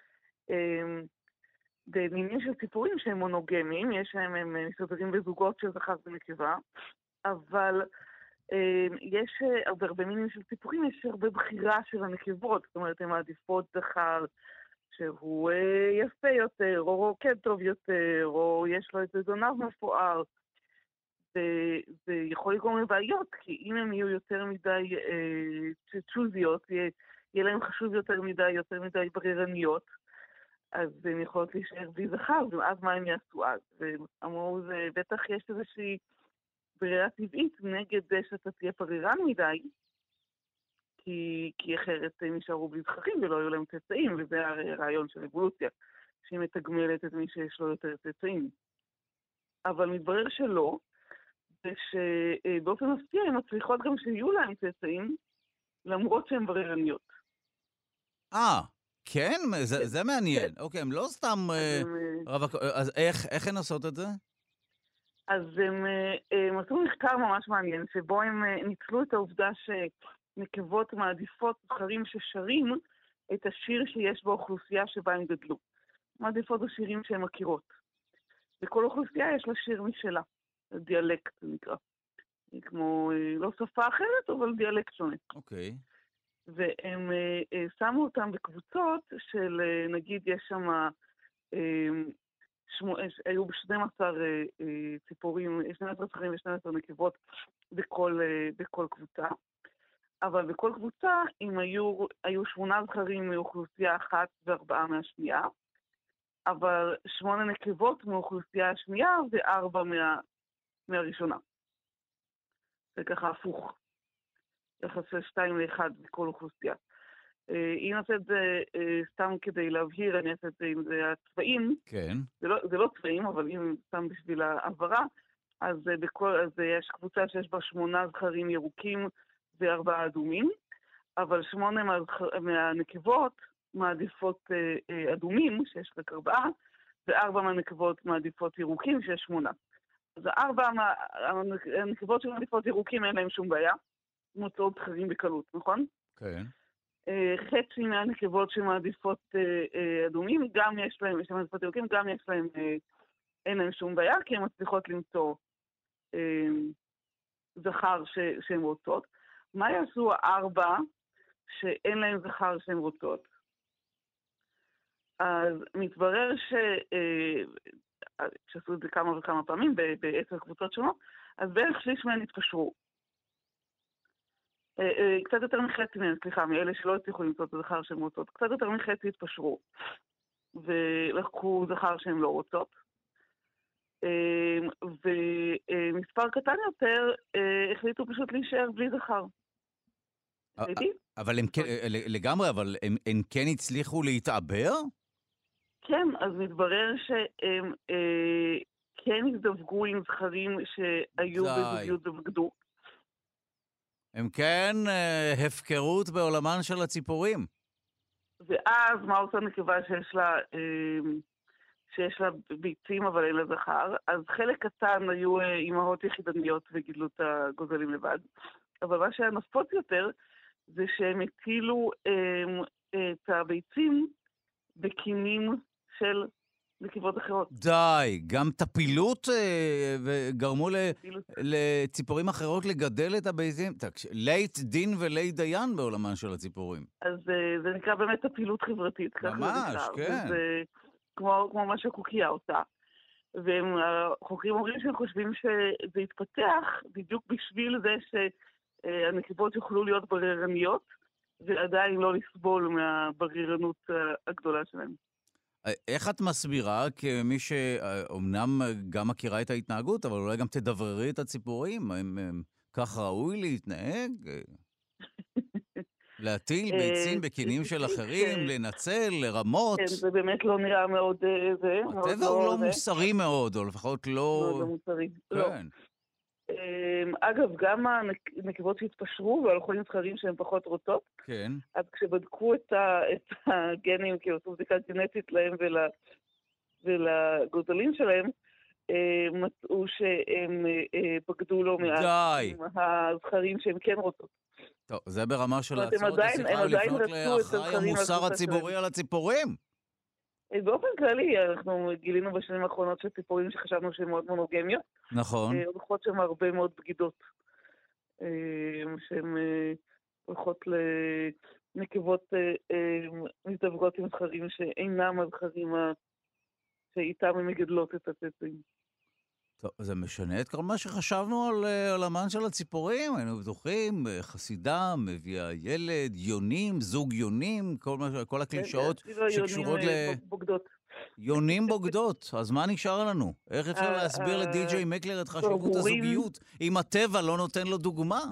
במינים של ציפורים שהם מונוגמיים, יש להם, הם מסתדרים בזוגות של זכר ונקבה, אבל אה, יש הרבה, הרבה מינים של ציפורים, יש הרבה בחירה של הנקבות, זאת אומרת, הן מעדיפות זכר שהוא יפה יותר, או רוקד טוב יותר, או יש לו איזה זנב מפואר. זה יכול לגרום לבעיות, כי אם הם יהיו יותר מדי צ'וזיות, יהיה להם חשוב יותר מדי, יותר מדי בררניות, אז הם יכולות להישאר בלי זכר, ואז מה הם יעשו אז? ואמרו, בטח יש איזושהי ברירה טבעית נגד זה שאתה תהיה פרירן מדי, כי, כי אחרת הם נשארו בלי זכרים ולא היו להם צאצאים, וזה הרעיון של אבולוציה, שהיא מתגמלת את מי שיש לו יותר צאצאים. אבל מתברר שלא, זה שבאופן מפתיע הן מצליחות גם שיהיו להם צאצאים, למרות שהן בררניות. אה, כן? זה, זה מעניין. כן. אוקיי, הם לא סתם... אז, רב... אז איך, איך הן עושות את זה? אז הם, הם עשו מחקר ממש מעניין, שבו הם ניצלו את העובדה שנקבות מעדיפות זכרים ששרים את השיר שיש באוכלוסייה שבה הם גדלו. מעדיפות השירים שהן מכירות. וכל אוכלוסייה יש לה שיר משלה. דיאלקט זה נקרא. כמו, לא שפה אחרת, אבל דיאלקט שונה. אוקיי. והם שמו אותם בקבוצות של, נגיד, יש שם, היו ב-שנים עשר ציפורים, שנים עשר זכרים ו-שתים עשרה נקבות בכל, בכל קבוצה. אבל בכל קבוצה, אם היו, היו שמונה זכרים מאוכלוסייה אחת וארבעה מהשנייה, אבל שמונה נקבות מאוכלוסייה השנייה וארבע מה, מהראשונה. זה ככה הפוך. יחס של שתיים לאחד בכל אוכלוסייה. אם נעשה את זה סתם כדי להבהיר, אני אעשה את זה עם זה הצבעים. כן. זה לא, זה לא צבעים, אבל אם סתם בשביל העברה, אז, בכל, אז יש קבוצה שיש בה שמונה זכרים ירוקים וארבעה אדומים, אבל שמונה מהזכר, מהנקבות מעדיפות אדומים, שיש רק ארבעה, וארבע מהנקבות מעדיפות ירוקים, שיש שמונה. אז הארבע הנקבות שמעדיפות ירוקים אין להם שום בעיה. מוצאות זכרים בקלות, נכון? כן. חצי מהנקבות שמעדיפות אדומים, גם יש להם, שמעדיפות ירוקים, גם יש להם, אין להם שום בעיה, כי הן מצליחות למצוא זכר שהן רוצות. מה יעשו הארבע שאין להם זכר שהן רוצות? אז מתברר ש... שעשו את זה כמה וכמה פעמים, בעשר קבוצות שונות, אז בערך שליש מהן התפשרו. קצת יותר מחצי מהם, סליחה, מאלה שלא הצליחו למצוא את הזכר שהן רוצות, קצת יותר מחצי התפשרו, ולקחו זכר שהן לא רוצות. ומספר קטן יותר החליטו פשוט להישאר בלי זכר. אבל הם כן, לגמרי, אבל הם כן הצליחו להתעבר? כן, אז מתברר שהם כן הזדווגו עם זכרים שהיו בזוגיות ובגדו. הם כן הפקרות בעולמן של הציפורים. ואז מה עושה נקבה שיש לה, שיש לה ביצים אבל אין לה זכר? אז חלק קטן היו אימהות יחידניות וגידלו את הגוזלים לבד. אבל מה שהיה נפוץ יותר זה שהם הטילו את הביצים בקינים של נקבות אחרות. די, גם טפילות וגרמו לציפורים אחרות לגדל את הביצים. לית דין ולית דיין בעולמן של הציפורים. אז זה נקרא באמת טפילות חברתית. ממש, כן. זה כמו, כמו מה שקוקיה עושה. והחוקרים אומרים שהם חושבים שזה יתפתח בדיוק בשביל זה שהנקבות יוכלו להיות בררניות, ועדיין לא לסבול מהבררנות הגדולה שלהם. איך את מסבירה כמי שאומנם גם מכירה את ההתנהגות, אבל אולי גם תדבררי את הציפורים? הם, הם, כך ראוי להתנהג? להטיל ביצים בקינים של אחרים, לנצל, לרמות? כן, זה באמת לא נראה מאוד... הטבע הוא לא מוסרי מאוד, או לפחות לא... לא מוסרי, לא. כן. אגב, גם הנקבות שהתפשרו והלכו עם זכרים שהן פחות רוצות, כן. אז כשבדקו את הגנים, כי עשו בדיקה גנטית להם ולגוזלים שלהם, מצאו שהם בגדו לא מעט עם הזכרים שהם כן רוצות. טוב, זה ברמה של לעצור את השיחה ולפנות לאחראי המוסר הציבורי על הציפורים? באופן כללי, אנחנו גילינו בשנים האחרונות שציפורים שחשבנו שהן מאוד מונוגמיות. נכון. הולכות שם הרבה מאוד בגידות. שהן הולכות לנקבות מזדווגות עם זכרים שאינם הזכרים שאיתם הם מגדלות את הצאצאים. טוב, זה משנה את כל מה שחשבנו על עולמן של הציפורים. היינו בטוחים, חסידה, מביאה ילד, יונים, זוג יונים, כל, מה, כל הקלישאות שקשורות ל... בוגדות. יונים בוגדות. אז מה נשאר לנו? איך אפשר להסביר לדי-ג'יי מקלר את חשיבות הזוגיות אם הטבע לא נותן לו דוגמה?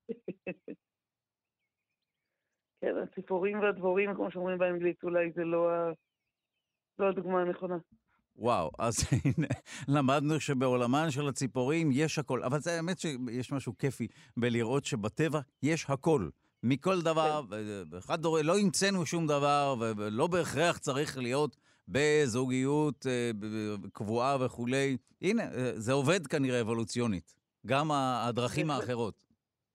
כן, הציפורים והדבורים, כמו שאומרים באנגלית, אולי זה לא הדוגמה הנכונה. וואו, אז הנה, למדנו שבעולמן של הציפורים יש הכל. אבל זה האמת שיש משהו כיפי בלראות שבטבע יש הכל. מכל דבר, אחד דורי, לא המצאנו שום דבר, ולא בהכרח צריך להיות בזוגיות קבועה וכולי. הנה, זה עובד כנראה אבולוציונית. גם הדרכים האחרות.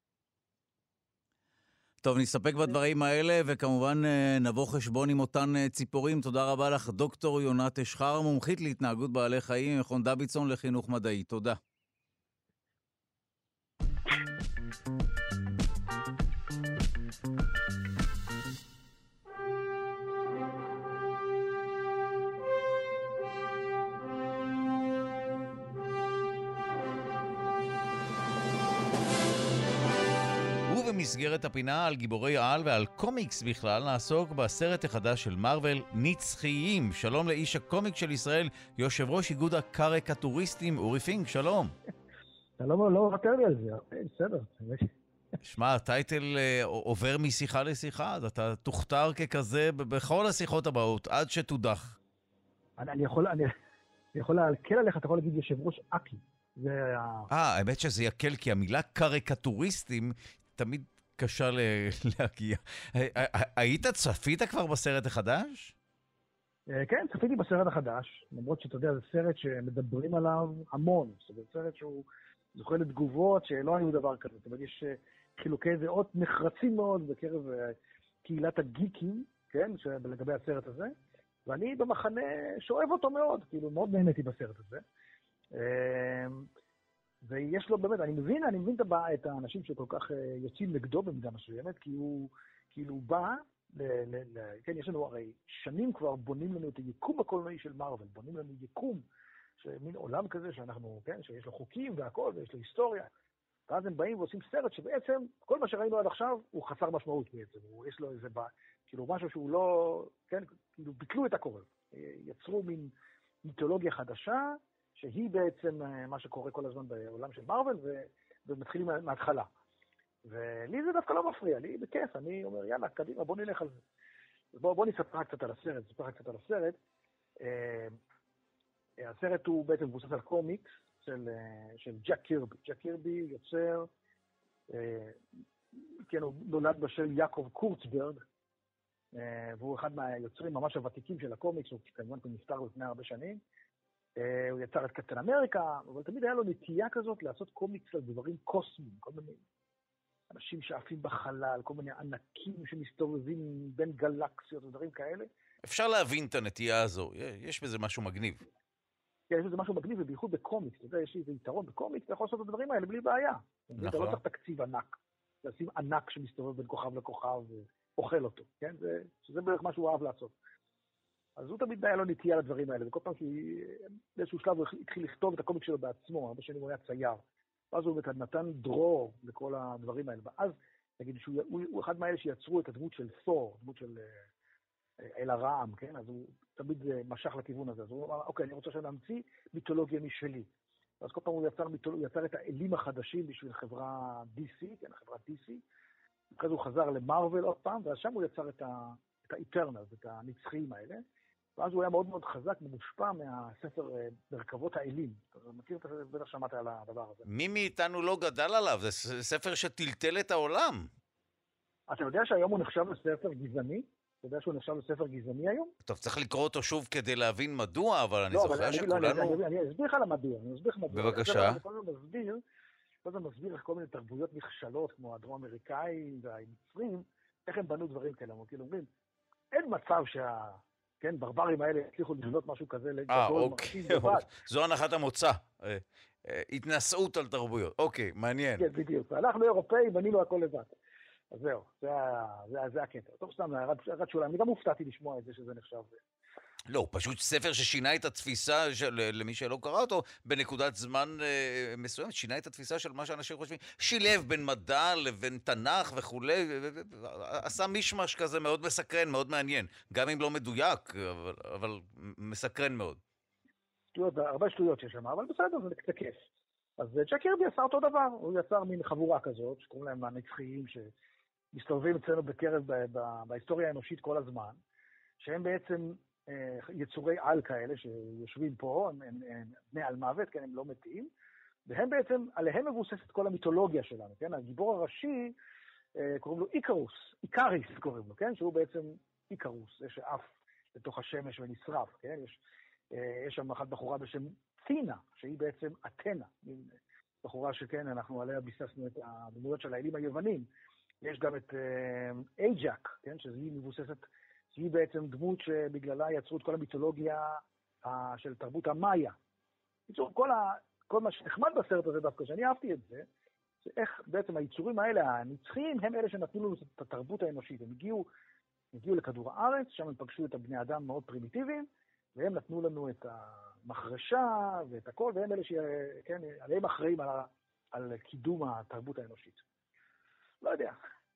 טוב, נסתפק בדברים האלה, וכמובן נבוא חשבון עם אותן ציפורים. תודה רבה לך, דוקטור יונת אשחר, מומחית להתנהגות בעלי חיים, ממכון דוידסון לחינוך מדעי. תודה. במסגרת הפינה על גיבורי העל ועל קומיקס בכלל, נעסוק בסרט החדש של מארוול, נצחיים. שלום לאיש הקומיק של ישראל, יושב ראש איגוד הקריקטוריסטים, אורי פינק, שלום. שלום, לא רתר לי על זה, בסדר. שמע, הטייטל עובר משיחה לשיחה, אז אתה תוכתר ככזה בכל השיחות הבאות, עד שתודח. אני יכול, אני יכול להקל עליך, אתה יכול להגיד יושב ראש אקי. אה, האמת שזה יקל, כי המילה קריקטוריסטים תמיד קשה להגיע. היית צפית כבר בסרט החדש? כן, צפיתי בסרט החדש, למרות שאתה יודע, זה סרט שמדברים עליו המון. זאת אומרת, סרט שהוא זוכה לתגובות שלא היו דבר כזה. זאת אומרת, יש חילוקי דעות נחרצים מאוד בקרב קהילת הגיקים, כן, לגבי הסרט הזה. ואני במחנה שואב אותו מאוד, כאילו מאוד נהניתי בסרט הזה. ויש לו באמת, אני מבין, אני מבין את האנשים שכל כך יוצאים נגדו במידה מסוימת, כי הוא, כאילו הוא בא, ל, ל, ל, כן, יש לנו הרי שנים כבר בונים לנו את היקום הקולנועי של מארוול, בונים לנו יקום, מין עולם כזה שאנחנו, כן, שיש לו חוקים והכל, ויש לו היסטוריה, ואז הם באים ועושים סרט שבעצם, כל מה שראינו עד עכשיו, הוא חסר משמעות בעצם, הוא, יש לו איזה, כאילו משהו שהוא לא, כן, כאילו ביטלו את הקורא, יצרו מין מיתולוגיה חדשה, שהיא בעצם מה שקורה כל הזמן בעולם של מארוול, ומתחילים מההתחלה. ולי זה דווקא לא מפריע, לי בכיף, אני אומר, יאללה, קדימה, בוא נלך על זה. בוא, בוא נספר קצת על הסרט, נספר קצת על הסרט. הסרט הוא בעצם מבוסס על קומיקס של, של ג'ק קירבי. ג'ק קירבי יוצר, כן, הוא נולד בשל יעקב קורצברג, והוא אחד מהיוצרים ממש הוותיקים של הקומיקס, הוא כמובן נפטר לפני הרבה שנים. הוא יצר את קפטן אמריקה, אבל תמיד היה לו נטייה כזאת לעשות קומיקס על דברים קוסמיים, כל מיני אנשים שעפים בחלל, כל מיני ענקים שמסתובבים בין גלקסיות ודברים כאלה. אפשר להבין את הנטייה הזו, יש בזה משהו מגניב. כן, יש בזה משהו מגניב, ובייחוד בקומיקס, אתה יודע, יש לי איזה יתרון בקומיקס, אתה יכול לעשות את הדברים האלה בלי בעיה. נכון. אתה לא צריך תקציב ענק, לשים ענק שמסתובב בין כוכב לכוכב ואוכל אותו, כן? זה, שזה בערך מה שהוא אהב לעשות. אז הוא תמיד היה לו נטייה לדברים האלה, וכל פעם שבאיזשהו שלב הוא התחיל לכתוב את הקומיק שלו בעצמו, הרבה שנים הוא היה צייר, ואז הוא נתן דרור לכל הדברים האלה, ואז נגיד שהוא הוא אחד מהאלה שיצרו את הדמות של תור, דמות של אל הרעם, כן? אז הוא תמיד משך לכיוון הזה, אז הוא אמר, אוקיי, אני רוצה שנמציא מיתולוגיה משלי. ואז כל פעם הוא יצר, הוא יצר את האלים החדשים בשביל חברה די סי, כן, חברה די סי, אחרי זה הוא חזר למארוול עוד פעם, ואז שם הוא יצר את האיטרנלס, את הנצחיים האלה, ואז הוא היה מאוד מאוד חזק ומושפע מהספר מרכבות האלים. אתה מכיר את זה? בטח שמעת על הדבר הזה. מי מאיתנו לא גדל עליו? זה ספר שטלטל את העולם. אתה יודע שהיום הוא נחשב לספר גזעני? אתה יודע שהוא נחשב לספר גזעני היום? טוב, צריך לקרוא אותו שוב כדי להבין מדוע, אבל אני לא, זוכר אבל שכולנו... אני, אני, אני, אני אסביר לך למדוע, אני אסביר לך מדוע. בבקשה. אני כל הזמן מסביר, כל הזמן מסביר איך כל מיני תרבויות נכשלות, כמו הדרום-אמריקאים והמצרים, איך הם בנו דברים כאלה. כאילו אומרים, אין מצב שה... כן, ברברים האלה הצליחו לבנות משהו כזה לגדול, מרשים לבד. זו הנחת המוצא. התנסות על תרבויות. אוקיי, מעניין. כן, בדיוק. אנחנו אירופאים, בנינו הכל לבד. אז זהו, זה, זה, זה הקטע. טוב, סתם, רק שולה, אני גם הופתעתי לשמוע את זה שזה נחשב. לא, פשוט ספר ששינה את התפיסה, של, למי שלא קרא אותו, בנקודת זמן אה, מסוים, שינה את התפיסה של מה שאנשים חושבים, שילב בין מדע לבין תנ"ך וכולי, עשה מישמש כזה מאוד מסקרן, מאוד מעניין, גם אם לא מדויק, אבל, אבל מסקרן מאוד. שטויות, הרבה שטויות שיש שם, אבל בסדר, זה קצת כיף. אז צ'ק קירבי עשה אותו דבר, הוא יצר מין חבורה כזאת, שקוראים להם הנצחיים, שמסתובבים אצלנו בקרב בהיסטוריה האנושית כל הזמן, שהם בעצם יצורי על כאלה שיושבים פה, הם, הם, הם בני על מוות, כן, הם לא מתים, והם בעצם, עליהם מבוססת כל המיתולוגיה שלנו, כן, הגיבור הראשי, קוראים לו איקרוס, איקריס קוראים לו, כן, שהוא בעצם איקרוס, זה שאף לתוך השמש ונשרף, כן, יש, יש שם אחת בחורה בשם טינה, שהיא בעצם אתנה, בחורה שכן, אנחנו עליה ביססנו את הדמויות של האלים היוונים, יש גם את אייג'ק, כן, שהיא מבוססת, שהיא בעצם דמות שבגללה יצרו את כל המיתולוגיה של תרבות המאיה. בקיצור, כל, ה... כל מה שנחמד בסרט הזה דווקא, שאני אהבתי את זה, זה איך בעצם היצורים האלה, הנצחיים, הם אלה שנתנו לנו את התרבות האנושית. הם הגיעו, הגיעו לכדור הארץ, שם הם פגשו את הבני אדם מאוד פרימיטיביים, והם נתנו לנו את המחרשה ואת הכל, והם אלה שכן, עליהם אחראים על, על קידום התרבות האנושית. לא יודע.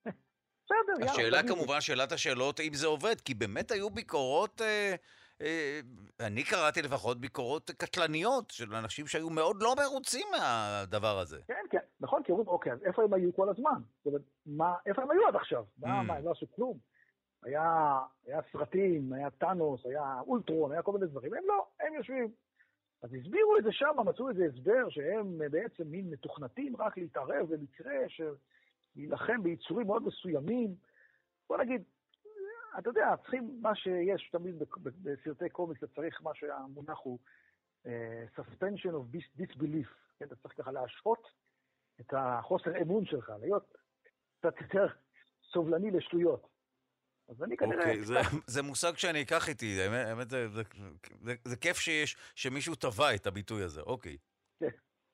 בסדר, השאלה כמובן, שאלת השאלות, אם זה עובד, כי באמת היו ביקורות, אה, אה, אני קראתי לפחות ביקורות קטלניות, של אנשים שהיו מאוד לא מרוצים מהדבר הזה. כן, כן, נכון, כי אומרים, אוקיי, אז איפה הם היו כל הזמן? זאת אומרת, מה, איפה הם היו עד עכשיו? מה, מה, הם לא עשו כלום? היה, היה סרטים, היה טאנוס, היה אולטרון, היה כל מיני דברים, הם לא, הם יושבים. אז הסבירו את זה שם, מצאו איזה הסבר שהם בעצם מין מתוכנתים רק להתערב במקרה להילחם ביצורים מאוד מסוימים. בוא נגיד, אתה יודע, צריכים מה שיש תמיד בסרטי קומיקס, צריך מה שהמונח הוא uh, suspension of disbelief, כן? אתה צריך ככה להשהות את החוסר אמון שלך, להיות קצת יותר סובלני לשטויות. אז אני כנראה... אוקיי, זה, זה מושג שאני אקח איתי, האמת, זה, זה, זה, זה כיף שיש, שמישהו טבע את הביטוי הזה, אוקיי. כן,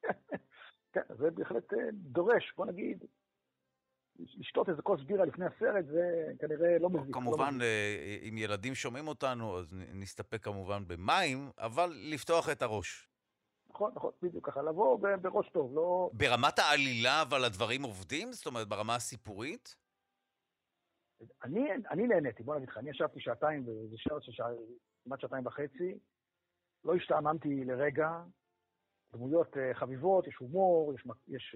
כן, זה בהחלט דורש, בוא נגיד, לשתות איזה כוס בירה לפני הסרט, זה כנראה לא מזיק. כמובן, אם ילדים שומעים אותנו, אז נסתפק כמובן במים, אבל לפתוח את הראש. נכון, נכון, בדיוק ככה, לבוא בראש טוב, לא... ברמת העלילה, אבל הדברים עובדים? זאת אומרת, ברמה הסיפורית? אני, אני נהניתי, בוא נגיד לך, אני ישבתי שעתיים, וזה שרת שכמעט שעתיים וחצי, לא השתעממתי לרגע, דמויות חביבות, יש הומור, יש, יש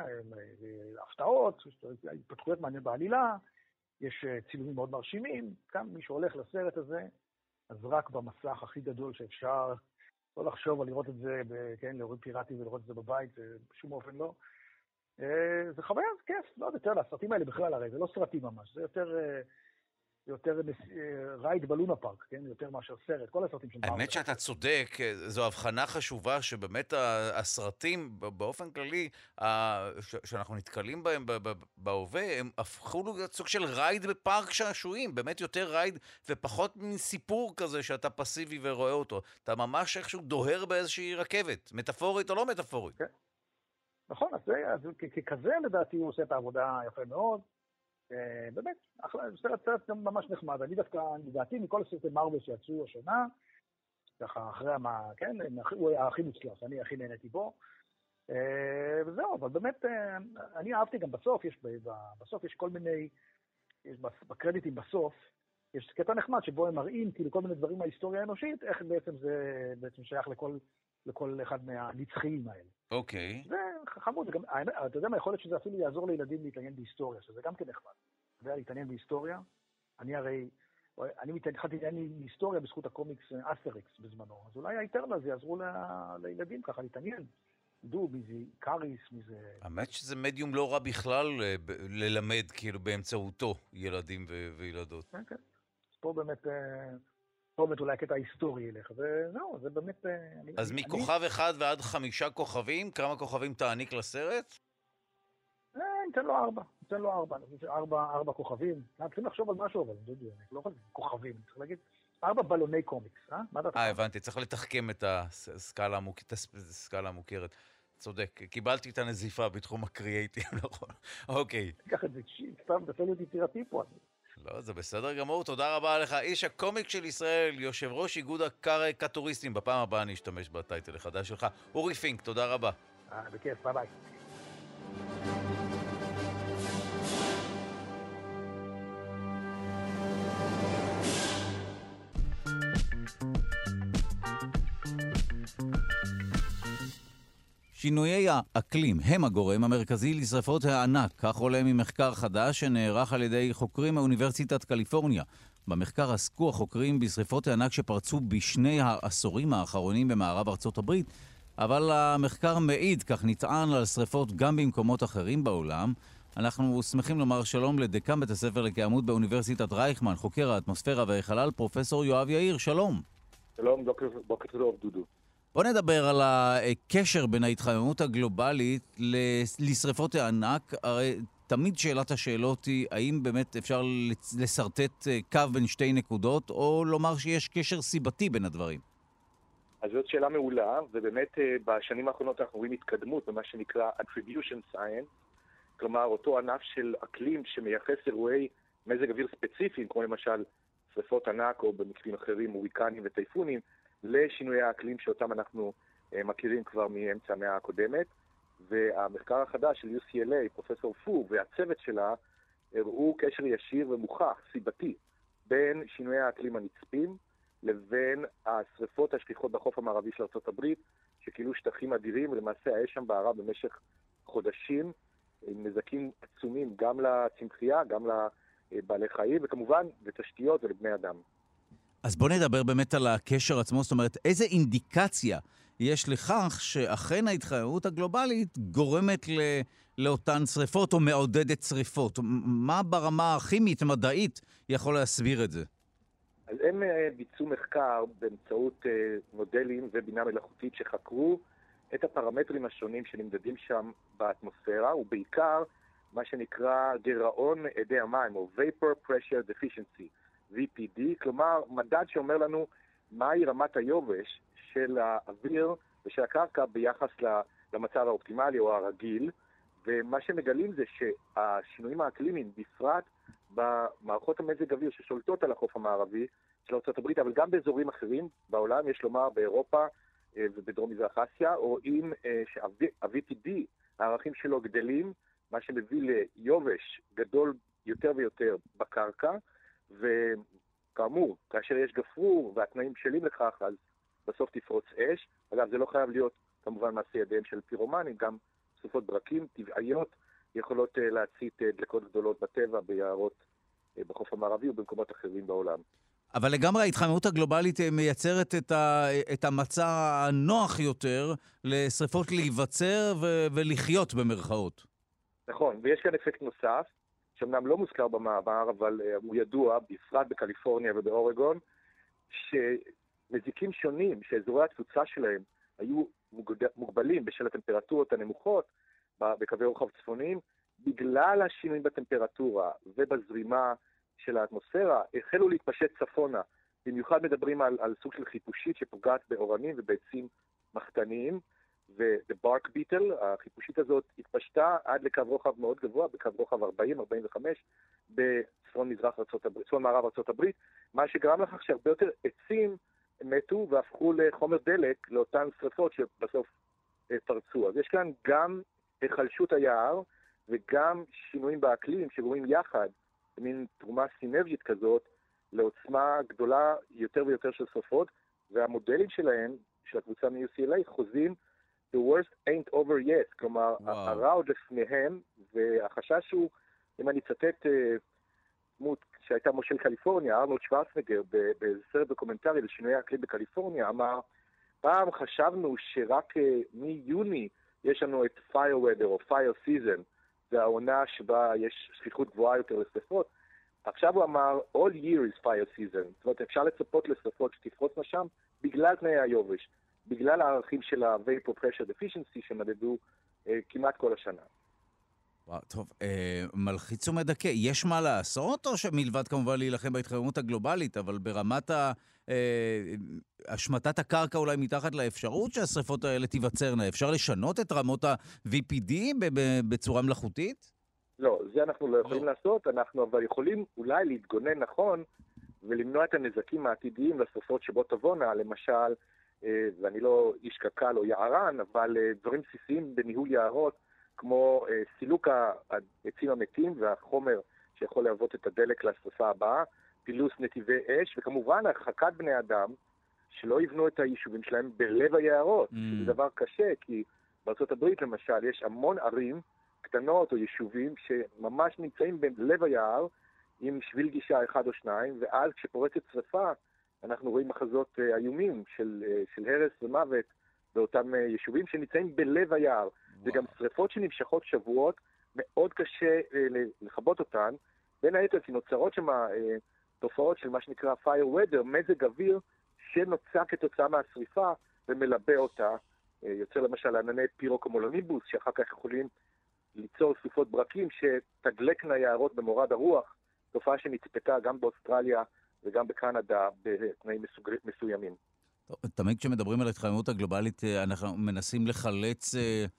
הפתעות, יש התפתחויות מעניין בעלילה, יש צילומים מאוד מרשימים, כאן מי שהולך לסרט הזה, אז רק במסך הכי גדול שאפשר, לא לחשוב על לראות את זה, כן, להוריד פיראטי ולראות את זה בבית, בשום אופן לא. זה חוויה, זה כיף, לא יודע, יותר, הסרטים האלה בכלל הרי, זה לא סרטים ממש, זה יותר... יותר רייד בלונה פארק, כן? יותר מאשר סרט, כל הסרטים של... האמת שאתה צודק, זו הבחנה חשובה שבאמת הסרטים באופן כללי, שאנחנו נתקלים בהם בהווה, הם הפכו להיות סוג של רייד בפארק שעשועים, באמת יותר רייד ופחות מסיפור כזה שאתה פסיבי ורואה אותו. אתה ממש איכשהו דוהר באיזושהי רכבת, מטאפורית או לא מטאפורית. כן. נכון, אז ככזה לדעתי הוא עושה את העבודה יפה מאוד, באמת, סרט סרט ממש נחמד. אני דווקא, לדעתי, מכל הסרטי מרוול שיצאו השנה, ככה אחרי מה, כן, הוא היה הכי מוצלח, אני הכי נהניתי בו, וזהו, אבל באמת, אני אהבתי גם בסוף, יש בסוף יש כל מיני, יש בקרדיטים בסוף, יש קטע נחמד שבו הם מראים כאילו כל מיני דברים מההיסטוריה האנושית, איך בעצם זה בעצם שייך לכל, לכל אחד מהנצחיים האלה. אוקיי. זה חמוד, זה גם, אתה יודע מה, יכול להיות שזה אפילו יעזור לילדים להתעניין בהיסטוריה, שזה גם כן נחמד. אתה יודע, להתעניין בהיסטוריה, אני הרי, אני התחלתי להתעניין בהיסטוריה בזכות הקומיקס אסטריקס בזמנו, אז אולי האיטרנל זה יעזרו לילדים ככה להתעניין. ידעו מי זה קאריס, מי זה... האמת שזה מדיום לא רע בכלל ללמד כאילו באמצעותו ילדים וילדות. כן, כן. אז פה באמת... פה באמת אולי הקטע ההיסטורי ילך, וזהו, זה באמת... אז מכוכב אחד ועד חמישה כוכבים, כמה כוכבים תעניק לסרט? ניתן לו ארבע, ניתן לו ארבע, ארבע, ארבע כוכבים. אנחנו צריכים לחשוב על משהו, אבל אני לא יכול להגיד כוכבים, צריך להגיד ארבע בלוני קומיקס, אה? מה דעתך? אה, הבנתי, צריך לתחכם את הסקאלה המוכרת. צודק. קיבלתי את הנזיפה בתחום הקריאייטיב, נכון. אוקיי. קח את זה, סתם, תעשה לי יצירתי פה. לא, זה בסדר גמור. תודה רבה לך. איש הקומיק של ישראל, יושב ראש איגוד הקריקטוריסטים. בפעם הבאה אני אשתמש בטייטל החדש שלך. אורי פינק, תודה רבה. אה, בכיף, ביי ביי. שינויי האקלים הם הגורם המרכזי לשריפות הענק, כך עולה ממחקר חדש שנערך על ידי חוקרים מאוניברסיטת קליפורניה. במחקר עסקו החוקרים בשריפות הענק שפרצו בשני העשורים האחרונים במערב ארצות הברית, אבל המחקר מעיד, כך נטען, על שריפות גם במקומות אחרים בעולם. אנחנו שמחים לומר שלום לדקן בית הספר לקיימות באוניברסיטת רייכמן, חוקר האטמוספירה והחלל, פרופסור יואב יאיר, שלום. שלום, בוקר טוב, דודו. בוא נדבר על הקשר בין ההתחממות הגלובלית לשריפות הענק. הרי תמיד שאלת השאלות היא, האם באמת אפשר לסרטט קו בין שתי נקודות, או לומר שיש קשר סיבתי בין הדברים? אז זאת שאלה מעולה, ובאמת בשנים האחרונות אנחנו רואים התקדמות במה שנקרא attribution science, כלומר אותו ענף של אקלים שמייחס אירועי מזג אוויר ספציפיים, כמו למשל שריפות ענק או במקרים אחרים הוריקנים וטייפונים, לשינויי האקלים שאותם אנחנו מכירים כבר מאמצע המאה הקודמת. והמחקר החדש של יו סי אל איי, פרופסור פו והצוות שלה, הראו קשר ישיר ומוכח, סיבתי, בין שינויי האקלים הנצפים לבין השריפות השכיחות בחוף המערבי של ארצות הברית, שכאילו שטחים אדירים, ולמעשה האש שם בערה במשך חודשים, עם נזקים עצומים גם לצמחייה, גם לבעלי חיים, וכמובן לתשתיות ולבני אדם. אז בוא נדבר באמת על הקשר עצמו, זאת אומרת, איזה אינדיקציה יש לכך שאכן ההתחממות הגלובלית גורמת ל... לאותן שריפות או מעודדת שריפות? מה ברמה הכימית, מדעית, יכול להסביר את זה? אז הם ביצעו מחקר באמצעות מודלים ובינה מלאכותית שחקרו את הפרמטרים השונים שנמדדים שם באטמוספירה, ובעיקר מה שנקרא גירעון אדי המים, או Vapor Pressure Deficiency, וי פי די, כלומר מדד שאומר לנו מהי רמת היובש של האוויר ושל הקרקע ביחס למצב האופטימלי או הרגיל, ומה שמגלים זה שהשינויים האקלימיים, בפרט במערכות המזג אוויר ששולטות על החוף המערבי של ארצות הברית, אבל גם באזורים אחרים בעולם, יש לומר באירופה ובדרום מזרח אסיה, רואים שה-וי פי די, הערכים שלו גדלים, מה שמביא ליובש גדול יותר ויותר בקרקע, וכאמור, כאשר יש גפרור והתנאים בשלים לכך, אז בסוף תפרוץ אש. אגב, זה לא חייב להיות כמובן מעשה ידיהם של פירומנים, גם סופות ברקים טבעיות יכולות להצית דלקות גדולות בטבע, ביערות בחוף המערבי ובמקומות אחרים בעולם. אבל לגמרי ההתחממות הגלובלית מייצרת את, ה, את המצע הנוח יותר לשריפות להיווצר ו, ולחיות במרכאות. נכון, ויש כאן אפקט נוסף, שאומנם לא מוזכר במאמר, אבל uh, הוא ידוע, בפרט בקליפורניה ובאורגון, שמזיקים שונים, שאזורי התפוצה שלהם היו מוגבלים בשל הטמפרטורות הנמוכות בקווי רוחב צפוניים, בגלל השינויים בטמפרטורה ובזרימה של האטמוספירה, החלו להתפשט צפונה. במיוחד מדברים על, על סוג של חיפושית שפוגעת באורנים ובעצים מחתניים, ו-the bark beetle, החיפושית הזאת התפשטה עד לקו רוחב מאוד גבוה, בקו רוחב ארבעים עד ארבעים וחמש, בצפון מזרח ארצות הברית, צפון מערב ארצות הברית, מה שגרם לכך שהרבה יותר עצים מתו והפכו לחומר דלק לאותן שריפות שבסוף פרצו. אז יש כאן גם החלשות היער וגם שינויים באקלים שגורמים יחד, מין תרומה סינרגית כזאת, לעוצמה גדולה יותר ויותר של שריפות, והמודלים שלהם, של הקבוצה מ-יו סי אל איי, חוזים The worst ain't over yet, כלומר, הרע עוד לפניהם, והחשש הוא, אם אני אצטט דמות שהייתה מושל קליפורניה, ארנולד שוורצנגר, בסרט דוקומנטרי לשינויי האקלים בקליפורניה, אמר, פעם חשבנו שרק מיוני יש לנו את fire weather או fire season, זה העונה שבה יש שכיחות גבוהה יותר לשריפות. עכשיו הוא אמר, all year is fire season, זאת אומרת, אפשר לצפות לשריפות שתפרוצנה שם בגלל תנאי היובש. בגלל הערכים של ה-Vapor Pressure Deficiency שמדדו אה, כמעט כל השנה. טוב, מלחיץ ומדכא. יש מה לעשות, או שמלבד כמובן להילחם בהתחממות הגלובלית, אבל ברמת השמטת הקרקע אולי מתחת לאפשרות שהשריפות האלה תיווצרנה, אפשר לשנות את רמות ה-וי פי די בצורה מלאכותית? לא, זה אנחנו לא יכולים לעשות, אנחנו אבל יכולים אולי להתגונן נכון ולמנוע את הנזקים העתידיים לשרפות שבו תבונה, למשל, ואני לא איש קק"ל או יערן, אבל דברים בסיסיים בניהול יערות, כמו סילוק העצים המתים והחומר שיכול להוות את הדלק לשרפה הבאה, פילוס נתיבי אש, וכמובן הרחקת בני אדם שלא יבנו את היישובים שלהם בלב היערות. Mm. זה דבר קשה, כי בארצות הברית למשל יש המון ערים קטנות או יישובים שממש נמצאים בלב היער עם שביל גישה אחד או שניים, ואז כשפורצת שרפה אנחנו רואים מחזות איומים של, של הרס ומוות באותם יישובים שנמצאים בלב היער. זה גם שריפות שנמשכות שבועות, מאוד קשה לכבות אותן, בין היתר כי נוצרות שם תופעות של מה שנקרא fire weather, מזג אוויר שנוצר כתוצאה מהשריפה ומלבה אותה. יוצר למשל ענני פירוקומולוניבוס, שאחר כך יכולים ליצור סופות ברקים שתדלקנה יערות במורד הרוח, תופעה שנצפתה גם באוסטרליה וגם בקנדה בתנאים מסוימים. תמיד כשמדברים על ההתחממות הגלובלית, אנחנו מנסים לחלץ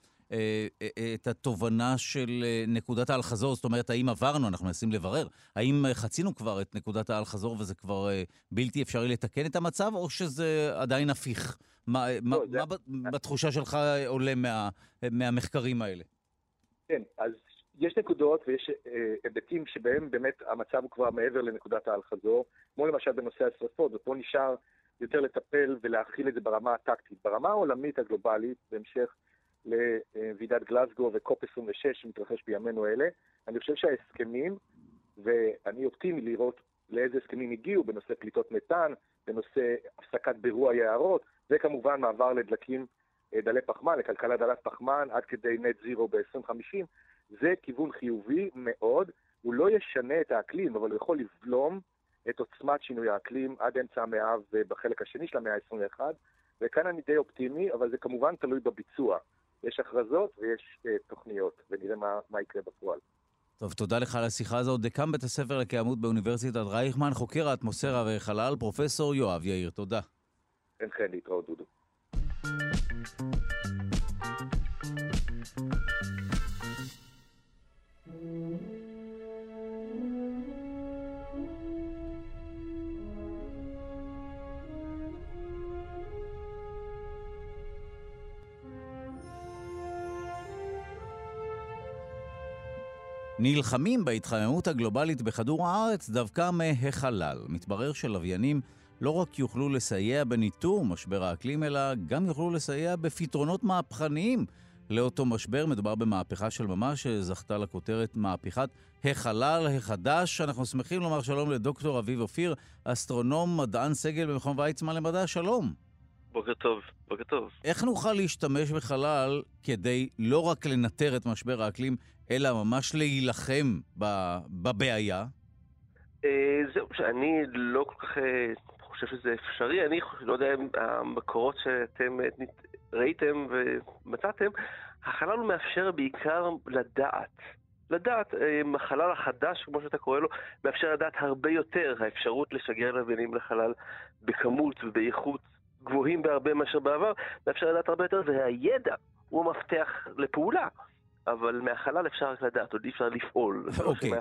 את התובנה של נקודת האל-חזור, זאת אומרת, האם עברנו, אנחנו מנסים לברר, האם חצינו כבר את נקודת האל-חזור וזה כבר בלתי אפשרי לתקן את המצב, או שזה עדיין הפיך? מה, מה, מה בתחושה שלך עולה מה, מהמחקרים האלה? כן, אז יש נקודות ויש היבטים שבהם באמת המצב הוא כבר מעבר לנקודת האל-חזור, כמו למשל בנושא השרפות, ופה נשאר יותר לטפל ולהכיל את זה ברמה הטקטית. ברמה העולמית הגלובלית, בהמשך לוועידת גלזגו וקופ עשרים ושש שמתרחש בימינו אלה, אני חושב שההסכמים, ואני אופטימי לראות לאיזה הסכמים הגיעו בנושא פליטות מתאן, בנושא הפסקת בירוע יערות, וכמובן מעבר לדלקים דלי פחמן, לכלכלה דלת פחמן, עד כדי נט זירו ב-עשרים וחמישים, זה כיוון חיובי מאוד. הוא לא ישנה את האקלים, אבל הוא יכול לבלום את עוצמת שינוי האקלים עד אמצע המאה ובחלק השני של המאה ה-עשרים ואחת, וכאן אני די אופטימי, אבל זה כמובן תלוי בביצוע. יש הכרזות ויש uh, תוכניות, ונראה מה, מה יקרה בפועל. טוב, תודה לך על השיחה הזאת. דקן בית הספר לקיימות באוניברסיטת רייכמן, חוקר האטמוספירה וחלל, פרופסור יואב יאיר. תודה. כן, כן, להתראות דודו. נלחמים בהתחממות הגלובלית בכדור הארץ דווקא מהחלל. מתברר שלוויינים לא רק יוכלו לסייע בניטור משבר האקלים, אלא גם יוכלו לסייע בפתרונות מהפכניים לאותו משבר. מדובר במהפכה של ממש שזכתה לכותרת מהפכת החלל החדש. אנחנו שמחים לומר שלום לדוקטור אביב אופיר, אסטרונום, מדען סגל במכון ויצמן למדע. שלום. בוקר טוב, בוקר טוב. איך נוכל להשתמש בחלל כדי לא רק לנטר את משבר האקלים, אלא ממש להילחם בבעיה? זהו, שאני לא כל כך חושב שזה אפשרי. אני לא יודע אם המקורות שאתם ראיתם ומצאתם, החלל הוא מאפשר בעיקר לדעת. לדעת, החלל החדש, כמו שאתה קורא לו, מאפשר לדעת הרבה יותר. האפשרות לשגר לוויינים לחלל בכמות ובאיכות גבוהים בהרבה מאשר בעבר, מאפשר לדעת הרבה יותר, והידע הוא המפתח לפעולה. אבל מהחלל אפשר רק לדעת, עוד אי אפשר לפעול. אוקיי,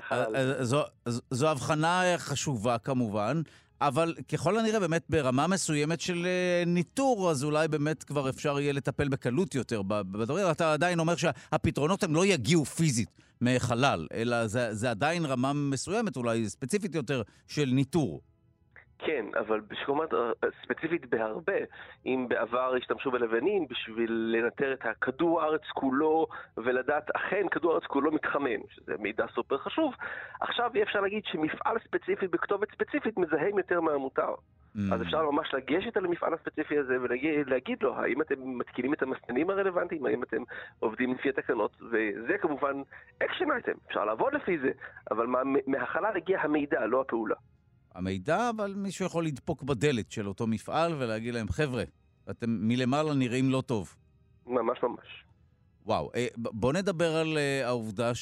זו הבחנה חשובה כמובן, אבל ככל הנראה באמת ברמה מסוימת של ניטור, אז אולי באמת כבר אפשר יהיה לטפל בקלות יותר בדברים. אתה עדיין אומר שהפתרונות הם לא יגיעו פיזית מחלל, אלא זה, זה עדיין רמה מסוימת, אולי ספציפית יותר של ניטור. כן, אבל בשקומת ספציפית בהרבה, אם בעבר השתמשו בלוויינים בשביל לנטר את הכדור הארץ כולו ולדעת אכן כדור הארץ כולו מתחמם, שזה מידע סופר חשוב, עכשיו יהיה אפשר להגיד שמפעל ספציפי בכתובת ספציפית מזהם יותר מהמותר. Mm. אז אפשר ממש לגשת על המפעל הספציפי הזה ולהגיד לו, האם אתם מתקינים את המסננים הרלוונטיים, האם אתם עובדים לפי התקנות, וזה כמובן אקשן אייטם, אפשר לעבוד לפי זה, אבל מה, מהחלל הגיע המידע, לא הפעולה. המידע, אבל מישהו יכול לדפוק בדלת של אותו מפעל ולהגיד להם, חבר'ה, אתם מלמעלה נראים לא טוב. ממש ממש. וואו, בוא נדבר על העובדה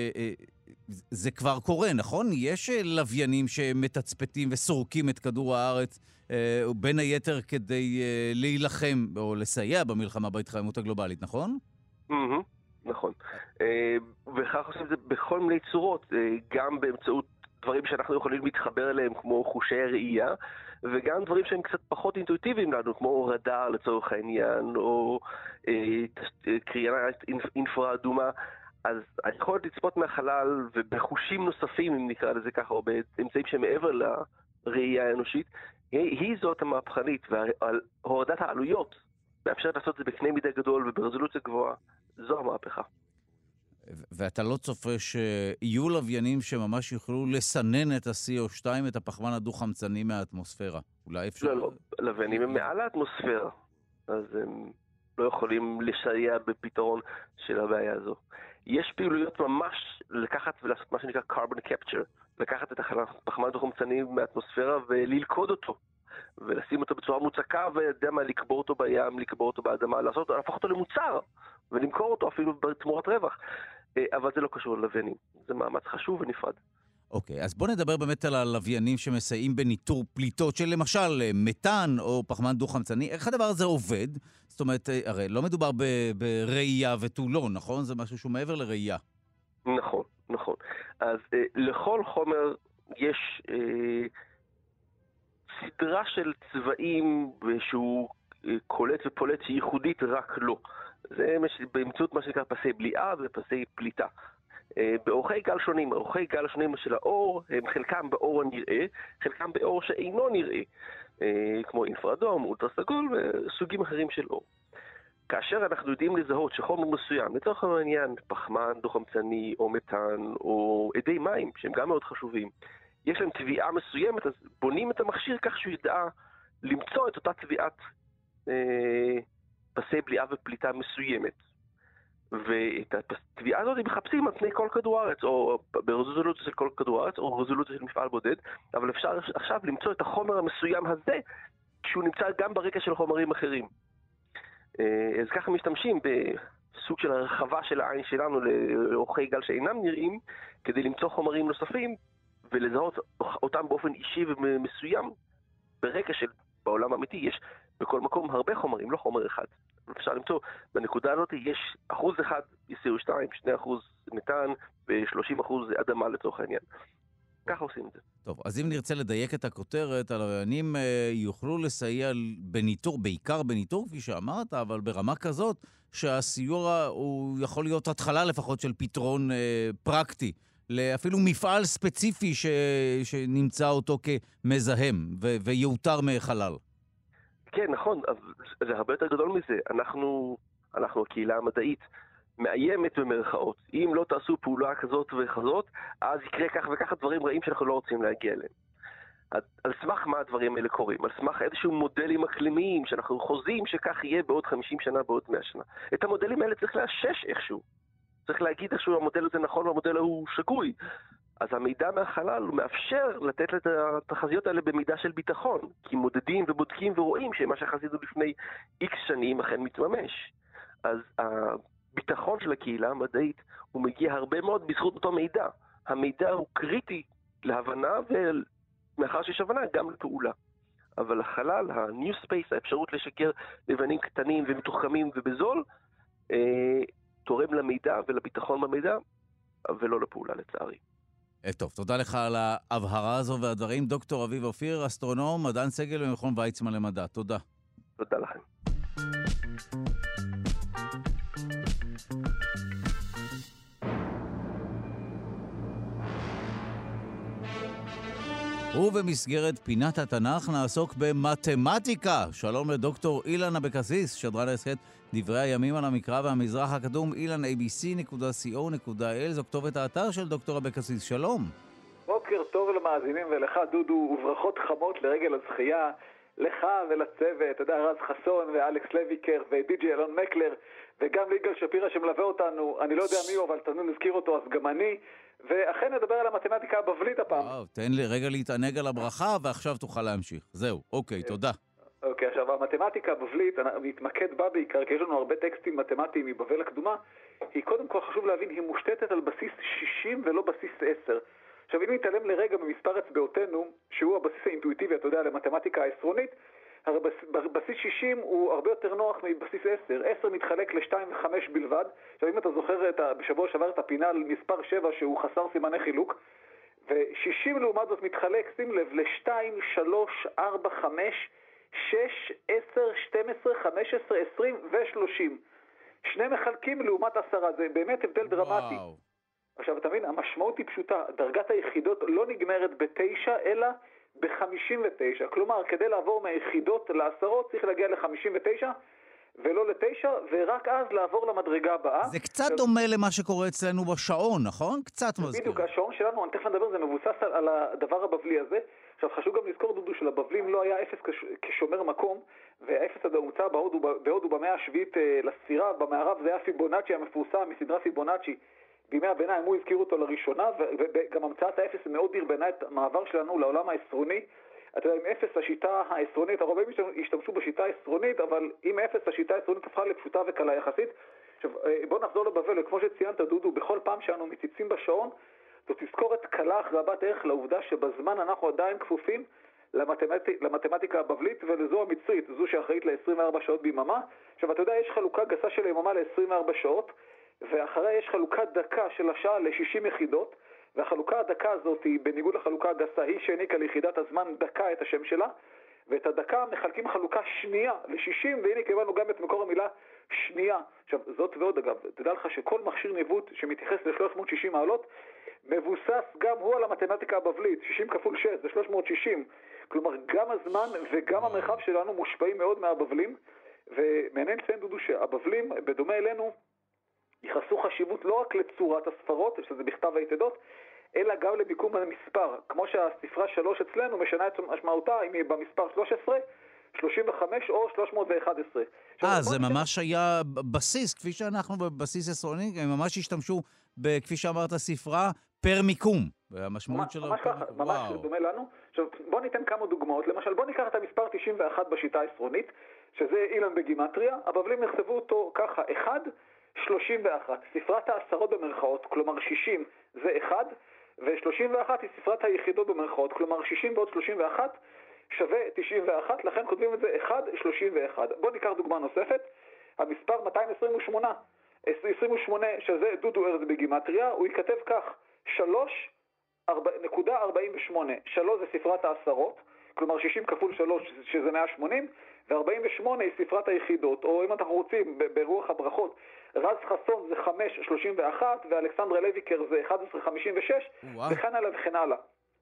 שזה כבר קורה, נכון? יש לוויינים שמתצפתים וסורקים את כדור הארץ, בין היתר כדי להילחם או לסייע במלחמה בהתחממות הגלובלית, נכון? נכון. וכך עושים את זה בכל מיני צורות, גם באמצעות דברים שאנחנו יכולים להתחבר אליהם, כמו חושי ראייה, וגם דברים שהם קצת פחות אינטואיטיביים לנו, כמו רדאר לצורך העניין, או קרינת אינפרה אדומה. אז היכולת לצפות מהחלל ובחושים נוספים, אם נקרא לזה ככה, או באמצעים שמעבר לראייה האנושית, היא זאת המהפכנית, והורדת העלויות מאפשרת לעשות את זה בקנה מידה גדול וברזולוציה גבוהה. זו המהפכה. ואתה לא צופה שיהיו לוויינים שממש יוכלו לסנן את ה-סי או שתיים, את הפחמן הדו-חמצני מהאטמוספירה? אולי אפשר... לא, לא. לוויינים הם מעל האטמוספירה, אז הם לא יכולים לסייע בפתרון של הבעיה הזו. יש פעילויות ממש לקחת ולעשות מה שנקרא carbon capture, לקחת את הפחמן הדו-חמצני מהאטמוספירה וללכוד אותו, ולשים אותו בצורה מוצקה, ויודע מה, לקבור אותו בים, לקבור אותו באדמה, לעשות, להפוך אותו למוצר, ולמכור אותו אפילו בתמורת רווח. אבל זה לא קשור ללוויינים. זה מאמץ חשוב ונפרד. אוקיי, אז בוא נדבר באמת על הלוויינים שמסייעים בניטור פליטות של למשל מתאן או פחמן דו-חמצני. איך הדבר הזה עובד? זאת אומרת, הרי לא מדובר בראייה ותולון, נכון? זה משהו שהוא מעבר לראייה. נכון, נכון. אז אה, לכל חומר יש אה, סדרה של צבעים שהוא אה, קולט ופולט שהיא ייחודית רק לו. זה באמצעות מה שנקרא פסי בליעה ופסי פליטה. באורכי גל שונים, אורכי גל שונים של האור, הם חלקם באור הנראה, חלקם באור שאינו נראה, כמו אינפרדום, אולטרסגול וסוגים אחרים של אור. כאשר אנחנו יודעים לזהות שחומר מסוים, לצורך העניין פחמן דו-חמצני או מתאן או אדי מים, שהם גם מאוד חשובים, יש להם טביעה מסוימת, אז בונים את המכשיר כך שהוא ידע למצוא את אותה טביעת אה, פסי בליעה ופליטה מסוימת. ואת הטביעה הזאת הם מחפשים על פני כל כדור הארץ, או ברזולוציה של כל כדור הארץ, או ברזולוציה של מפעל בודד, אבל אפשר עכשיו למצוא את החומר המסוים הזה, כשהוא נמצא גם ברקע של חומרים אחרים. אז ככה משתמשים בסוג של הרחבה של העין שלנו לאורכי גל שאינם נראים, כדי למצוא חומרים נוספים, ולזהות אותם באופן אישי ומסוים, ברקע של בעולם האמיתי יש בכל מקום הרבה חומרים, לא חומר אחד. אפשר למצוא, בנקודה הזאת יש אחוז אחד סי או שתיים, שני אחוז מתאן ו-שלושים אחוז אדמה לצורך העניין. ככה עושים את זה. טוב, אז אם נרצה לדייק את הכותרת, הלוויינים יוכלו לסייע בניטור, בעיקר בניטור, כפי שאמרת, אבל ברמה כזאת שהסיוע הוא יכול להיות התחלה לפחות של פתרון אה, פרקטי, לאפילו מפעל ספציפי ש... שנמצא אותו כמזהם ו... ויותר מחלל. כן, נכון, זה הרבה יותר גדול מזה. אנחנו, אנחנו הקהילה המדעית, מאיימת במרכאות. אם לא תעשו פעולה כזאת וכזאת, אז יקרה כך וכך דברים רעים שאנחנו לא רוצים להגיע אליהם. על, על סמך מה הדברים האלה קורים? על סמך איזשהו מודלים אקלימיים שאנחנו חוזים שכך יהיה בעוד חמישים שנה, בעוד מאה שנה. את המודלים האלה צריך לאשש איכשהו. צריך להגיד איכשהו המודל הזה נכון והמודל הוא שגוי. אז המידע מהחלל הוא מאפשר לתת את התחזיות האלה במידה של ביטחון, כי מודדים ובודקים ורואים שמה שחזינו לפני איקס שנים אכן מתממש. אז הביטחון של הקהילה המדעית הוא מגיע הרבה מאוד בזכות אותו מידע. המידע הוא קריטי להבנה, ומאחר שיש הבנה גם לפעולה. אבל החלל, ה-new space, האפשרות לשגר לבנים קטנים ומתוחכמים ובזול, אה, תורם למידע ולביטחון במידע, ולא לפעולה לצערי. טוב, תודה לך על ההבהרה הזו והדברים. דוקטור אביב אופיר, אסטרונום, מדען סגל במכון ויצמן למדע. תודה. תודה לכם. ובמסגרת פינת התנ"ך נעסוק במתמטיקה. שלום לדוקטור אילן אבקסיס, שדרן ההסכת דברי הימים על המקרא והמזרח הקדום, אילן איי בי סי נקודה סי או נקודה איי אל, זו כתובת האתר של דוקטור אבקסיס. שלום. בוקר טוב למאזינים ולך דודו, וברכות חמות לרגל הזכייה, לך ולצוות, אתה יודע, רז חסון ואלכס לויקר ודי ג'י אלון מקלר, וגם ליגל שפירה שמלווה אותנו, אני לא יודע מי הוא, אבל תנו נזכיר אותו, אז גם אני, ואכן נדבר על המתמטיקה הבבלית הפעם. וואו, תן לי רגע להתענג על הברכה, ועכשיו תוכל להמשיך. זהו, אוקיי, תודה. אוקיי, עכשיו המתמטיקה הבבלית, אני מתמקד בה בעיקר, כי יש לנו הרבה טקסטים מתמטיים מבבל הקדומה, היא קודם כל חשוב להבין, היא מושתתת על בסיס שישים ולא בסיס עשר. עכשיו אם נתעלם לרגע ממספר אצבעותינו, שהוא הבסיס האינטואיטיבי, אתה יודע, למתמטיקה העשרונית, בסיס שישים הוא הרבה יותר נוח מבסיס עשר. עשר מתחלק ל-שתיים ו-חמש בלבד. עכשיו אם אתה זוכר את ה... בשבוע שעבר את הפינה על מספר שבע שהוא חסר סימני חילוק, ו-שישים לעומת זאת מתחלק, שים לב, ל-שתיים, שלוש, ארבע, חמש, שש, עשר, שתים עשרה, חמש עשרה, עשרים ו-שלושים. שני מחלקים לעומת עשרה, זה באמת הבדל דרמטי. וואו. עכשיו אתה מבין, המשמעות היא פשוטה, דרגת היחידות לא נגמרת בתשע, אלא ב-חמישים ותשע. כלומר, כדי לעבור מהיחידות לעשרות צריך להגיע ל-חמישים ותשע, ולא לתשע, ורק אז לעבור למדרגה הבאה. זה קצת דומה למה שקורה אצלנו בשעון, נכון? קצת מזכיר. בדיוק, השעון שלנו, אני תכף נדבר, זה מבוסס על, על הדבר הבבלי הזה. עכשיו, חשוב גם לזכור, דודו, שלבבלים לא היה אפס כשומר מקום, והאפס הממוצע בהודו במאה השביעית לספירה, במערב זה היה פיבונאצ'י המפורסם, מסדרה פיבונאצ'י. בימי הביניים הוא הזכיר אותו לראשונה, וגם המצאת האפס מאוד דרבנה את המעבר שלנו לעולם העשרוני. אתה יודע, עם אפס השיטה העשרונית, הרבה השתמשו בשיטה העשרונית, אבל עם אפס השיטה העשרונית הפכה לפשוטה וקלה יחסית. עכשיו, בוא נחזור לבבל, וכמו שציינת, דודו, בכל פעם שאנו מציצים בשעון, זו תזכורת קלה אך רבת ערך לעובדה שבזמן אנחנו עדיין כפופים למתמטיק, למתמטיקה הבבלית ולזו המצרית, זו שאחראית ל-עשרים וארבע שעות ביממה. עכשיו, אתה יודע, יש חלוקה גסה של היממה ל-עשרים וארבע שעות, ואחריה יש חלוקת דקה של השעה ל-שישים יחידות, והחלוקה הדקה הזאת היא, בניגוד לחלוקה הגסה, היא שהעניקה ליחידת הזמן דקה את השם שלה, ואת הדקה מחלקים חלוקה שנייה ל-שישים, והנה קיבלנו גם את מקור המילה שנייה. עכשיו, זאת ועוד אגב, תדע לך שכל מכשיר ניווט שמתייחס ל-שלוש מאות ושישים מעלות, מבוסס גם הוא על המתמטיקה הבבלית, שישים כפול שש, זה שלוש מאות ושישים. כלומר, גם הזמן וגם המרחב שלנו מושפעים מאוד מהבבלים, ומעניין לציין, דודו, שהבבלים, בדומה אלינו, ייחסו חשיבות לא רק לצורת הספרות, שזה בכתב היתדות, אלא גם לביקום המספר. כמו שהספרה שלוש אצלנו משנה את משמעותה, אם היא במספר שלוש עשרה, שלושים וחמש או שלוש מאות ואחת עשרה. אה, זה ממש היה בסיס, כפי שאנחנו בבסיס עשרוני, הם ממש השתמשו, כפי שאמרת, ספרה פר מיקום. והמשמעות שלו... ממש ככה, ממש דומה לנו. עכשיו, בוא ניתן כמה דוגמאות. למשל, בוא ניקח את המספר תשעים ואחת בשיטה העשרונית, שזה אילן בגימטריה. הבבלים נכתבו אותו ככה, אחד, שלושים ואחת. ספרת העשרות במרכאות, כלומר שישים זה אחד, ו-שלושים ואחת היא ספרת היחידות במרכאות, כלומר שישים ועוד שלושים ואחת שווה תשעים ואחת, לכן כותבים את זה אחד, שלושים ואחת. בוא ניקח דוגמה נוספת, המספר מאתיים עשרים ושמונה, עשרים ושמונה שזה דודו ארז בגימטריה, הוא ייכתב כך, שלוש נקודה ארבעים ושמונה, שלוש זה ספרת העשרות, כלומר שישים כפול שלוש שזה מאה ושמונים, ו-ארבעים ושמונה היא ספרת היחידות, או אם אנחנו רוצים ברוח הברכות, רז חסון זה חמש שלושים ואחת, ואלכסנדרה לויקר זה אחת עשרה חמישים ושש, וכן הלאה וכן הלאה.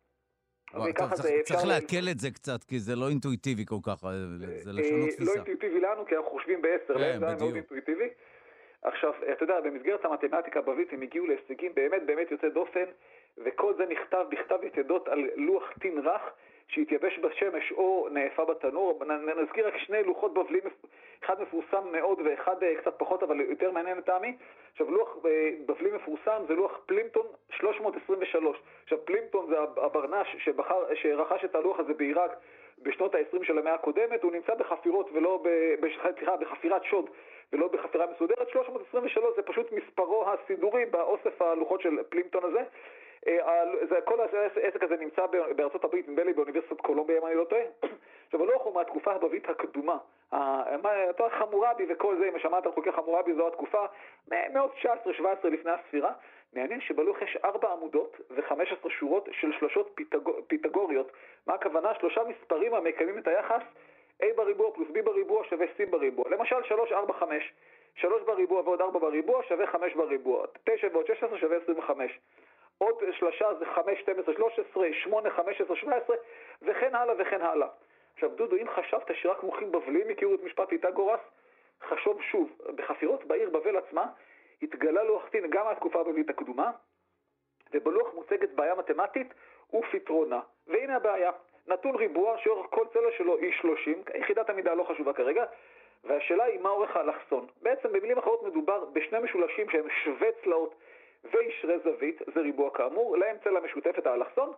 צריך להקל את זה קצת, כי זה לא אינטואיטיבי כל כך, זה לשנות תפיסה. לא אינטואיטיבי לנו, כי אנחנו חושבים בעשר, זה היה מאוד אינטואיטיבי. עכשיו, אתה יודע, במסגרת המתמטיקה הבבלית הם הגיעו להישגים באמת באמת יוצא דופן, וכל זה נכתב בכתב יתדות על לוח טין רך, שהתייבש בשמש או נאפה בתנור. נזכיר רק שני לוחות בבלים, אחד מפורסם מאוד ואחד קצת פחות, אבל יותר מעניין לטעמי. עכשיו, לוח בבלי מפורסם זה לוח פלימפטון שלוש מאות עשרים ושלוש. עכשיו, פלימפטון זה הברנש שבחר, שרכש את הלוח הזה בעיראק בשנות ה-עשרים של המאה הקודמת. הוא נמצא בחפירות ולא, סליחה, בחפירת שוד ולא בחפירה מסודרת. שלוש מאות עשרים ושלוש זה פשוט מספרו הסידורי באוסף הלוחות של פלימפטון הזה. זה, כל העסק הזה נמצא בארצות הברית, נדמה לי באוניברסיטת קולומביה, אם אני לא טועה. עכשיו, הלוח הוא מהתקופה הבבלית הקדומה. אותו חמורבי וכל זה, אם שמעת על חוקי חמורבי, זו התקופה מאות תשע עשרה שבע עשרה לפני הספירה. מעניין שבלוח יש ארבע עמודות ו-חמש עשרה שורות של שלושות פיתגור, פיתגוריות. מה הכוונה? שלושה מספרים המקיימים את היחס A בריבוע פלוס B בריבוע שווה C בריבוע. למשל, שלוש, ארבע, חמש. שלוש בריבוע ועוד ארבע בריבוע שווה חמש בריבוע. תשע ועוד שש עשרה שווה עשרים וחמש. עוד שלושה זה חמש, שתים עשרה, שלוש עשרה, שמונה, חמש עשרה, שבע עשרה, וכן הלאה וכן הלאה. עכשיו, דודו, אם חשבת שרק מוחים בבלים הכירו את משפט פיתגורס, חשוב שוב, בחפירות בעיר בבל עצמה, התגלה לוח טין גם מהתקופה הבבלית הקדומה, ובלוח מוצגת בעיה מתמטית ופתרונה. והנה הבעיה, נתון ריבוע שאורך כל צלע שלו היא שלושים, יחידת המידה לא חשובה כרגע, והשאלה היא מה אורך האלכסון. בעצם במילים אחרות מדובר בשני משולשים שהם שווה צלעות וישרי זווית, זה ריבוע כאמור, להם צלע משותפת האלכסון,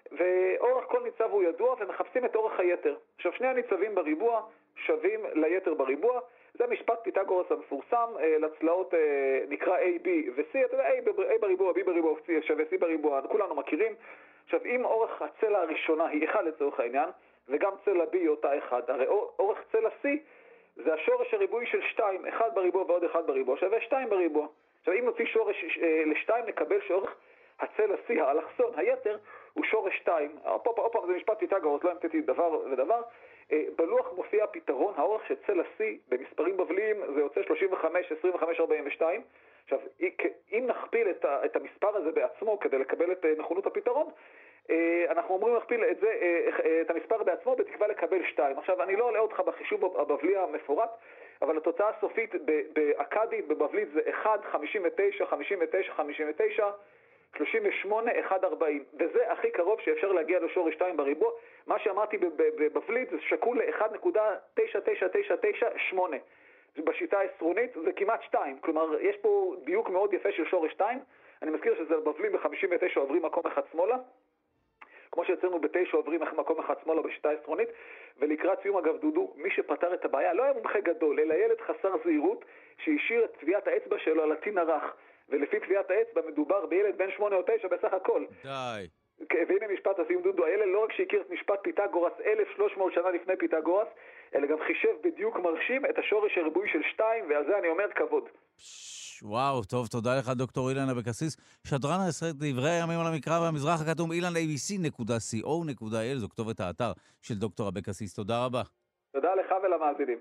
ואורך כל ניצב הוא ידוע ומחפשים את אורך היתר. עכשיו שני הניצבים בריבוע שווים ליתר בריבוע, זה משפט פיתגורס המפורסם, לצלעות נקרא A, B ו-C, אתה יודע, A בריבוע, B בריבוע שווה C בריבוע, כולנו מכירים. עכשיו אם אורך הצלע הראשונה היא אחד לצורך העניין, וגם צלע B היא אותה אחד, הרי אורך צלע C זה השורש הריבועי של שתיים, אחד בריבוע ועוד אחד בריבוע, שווה שתיים בריבוע. עכשיו אם נוציא שורש ל-שתיים נקבל שאורך הצלע C, האלכסון, היתר, הוא שורש שתיים. עוד פעם, זה משפט פיתגורס, לא המצאתי דבר ודבר. בלוח מופיע פתרון, האורך של צלע C במספרים בבליים זה יוצא שלושים וחמש, עשרים וחמש, ארבעים ושתיים. עכשיו, אם נכפיל את, ה, את המספר הזה בעצמו כדי לקבל את נכונות הפתרון, אנחנו אומרים להכפיל את, זה, את המספר בעצמו בתקווה לקבל שתיים. עכשיו, אני לא עולה אותך בחישוב הבבלי המפורט, אבל התוצאה הסופית באקדית, בבבלית זה אחת, חמישים ותשע, חמישים ותשע, חמישים ותשע, שלושים ושמונה, אחת, ארבעים, וזה הכי קרוב שאפשר להגיע לשורש שתיים בריבוע. מה שאמרתי בבבלית זה שקול ל-אחת נקודה תשע תשע תשע תשע שמונה. בשיטה העשרונית זה כמעט שתיים, כלומר יש פה דיוק מאוד יפה של שורש שתיים. אני מזכיר שזה בבלים ב-חמישים ותשע עוברים מקום אחד שמאלה, כמו שיצרנו בתשע עוברים מקום אחד שמאלה בשיטה העשרונית. ולקראת סיום אגב דודו, מי שפתר את הבעיה לא היה מומחה גדול, אלא ילד חסר זהירות שהשאיר את טביעת האצבע שלו על הטין הרך, ולפי טביעת האצבע מדובר בילד בן שמונה או תשע בסך הכל. די. והנה משפט הסיום דודו, הילד לא רק שהכיר את משפט פיתגורס אלף ושלוש מאות שנה לפני פיתגורס, אלא גם חישב בדיוק מרשים את השורש הריבועי של שתיים, ועל זה אני אומר כבוד. וואו, טוב, תודה לך דוקטור אילן אבקסיס, שדרן הישראלית דברי הימים על המקרא והמזרח הכתום, אילן איי בי סי נקודה סי או נקודה איי אל, זו כתובת האתר של דוקטור אבקסיס. תודה רבה. תודה לך ולמאזינים.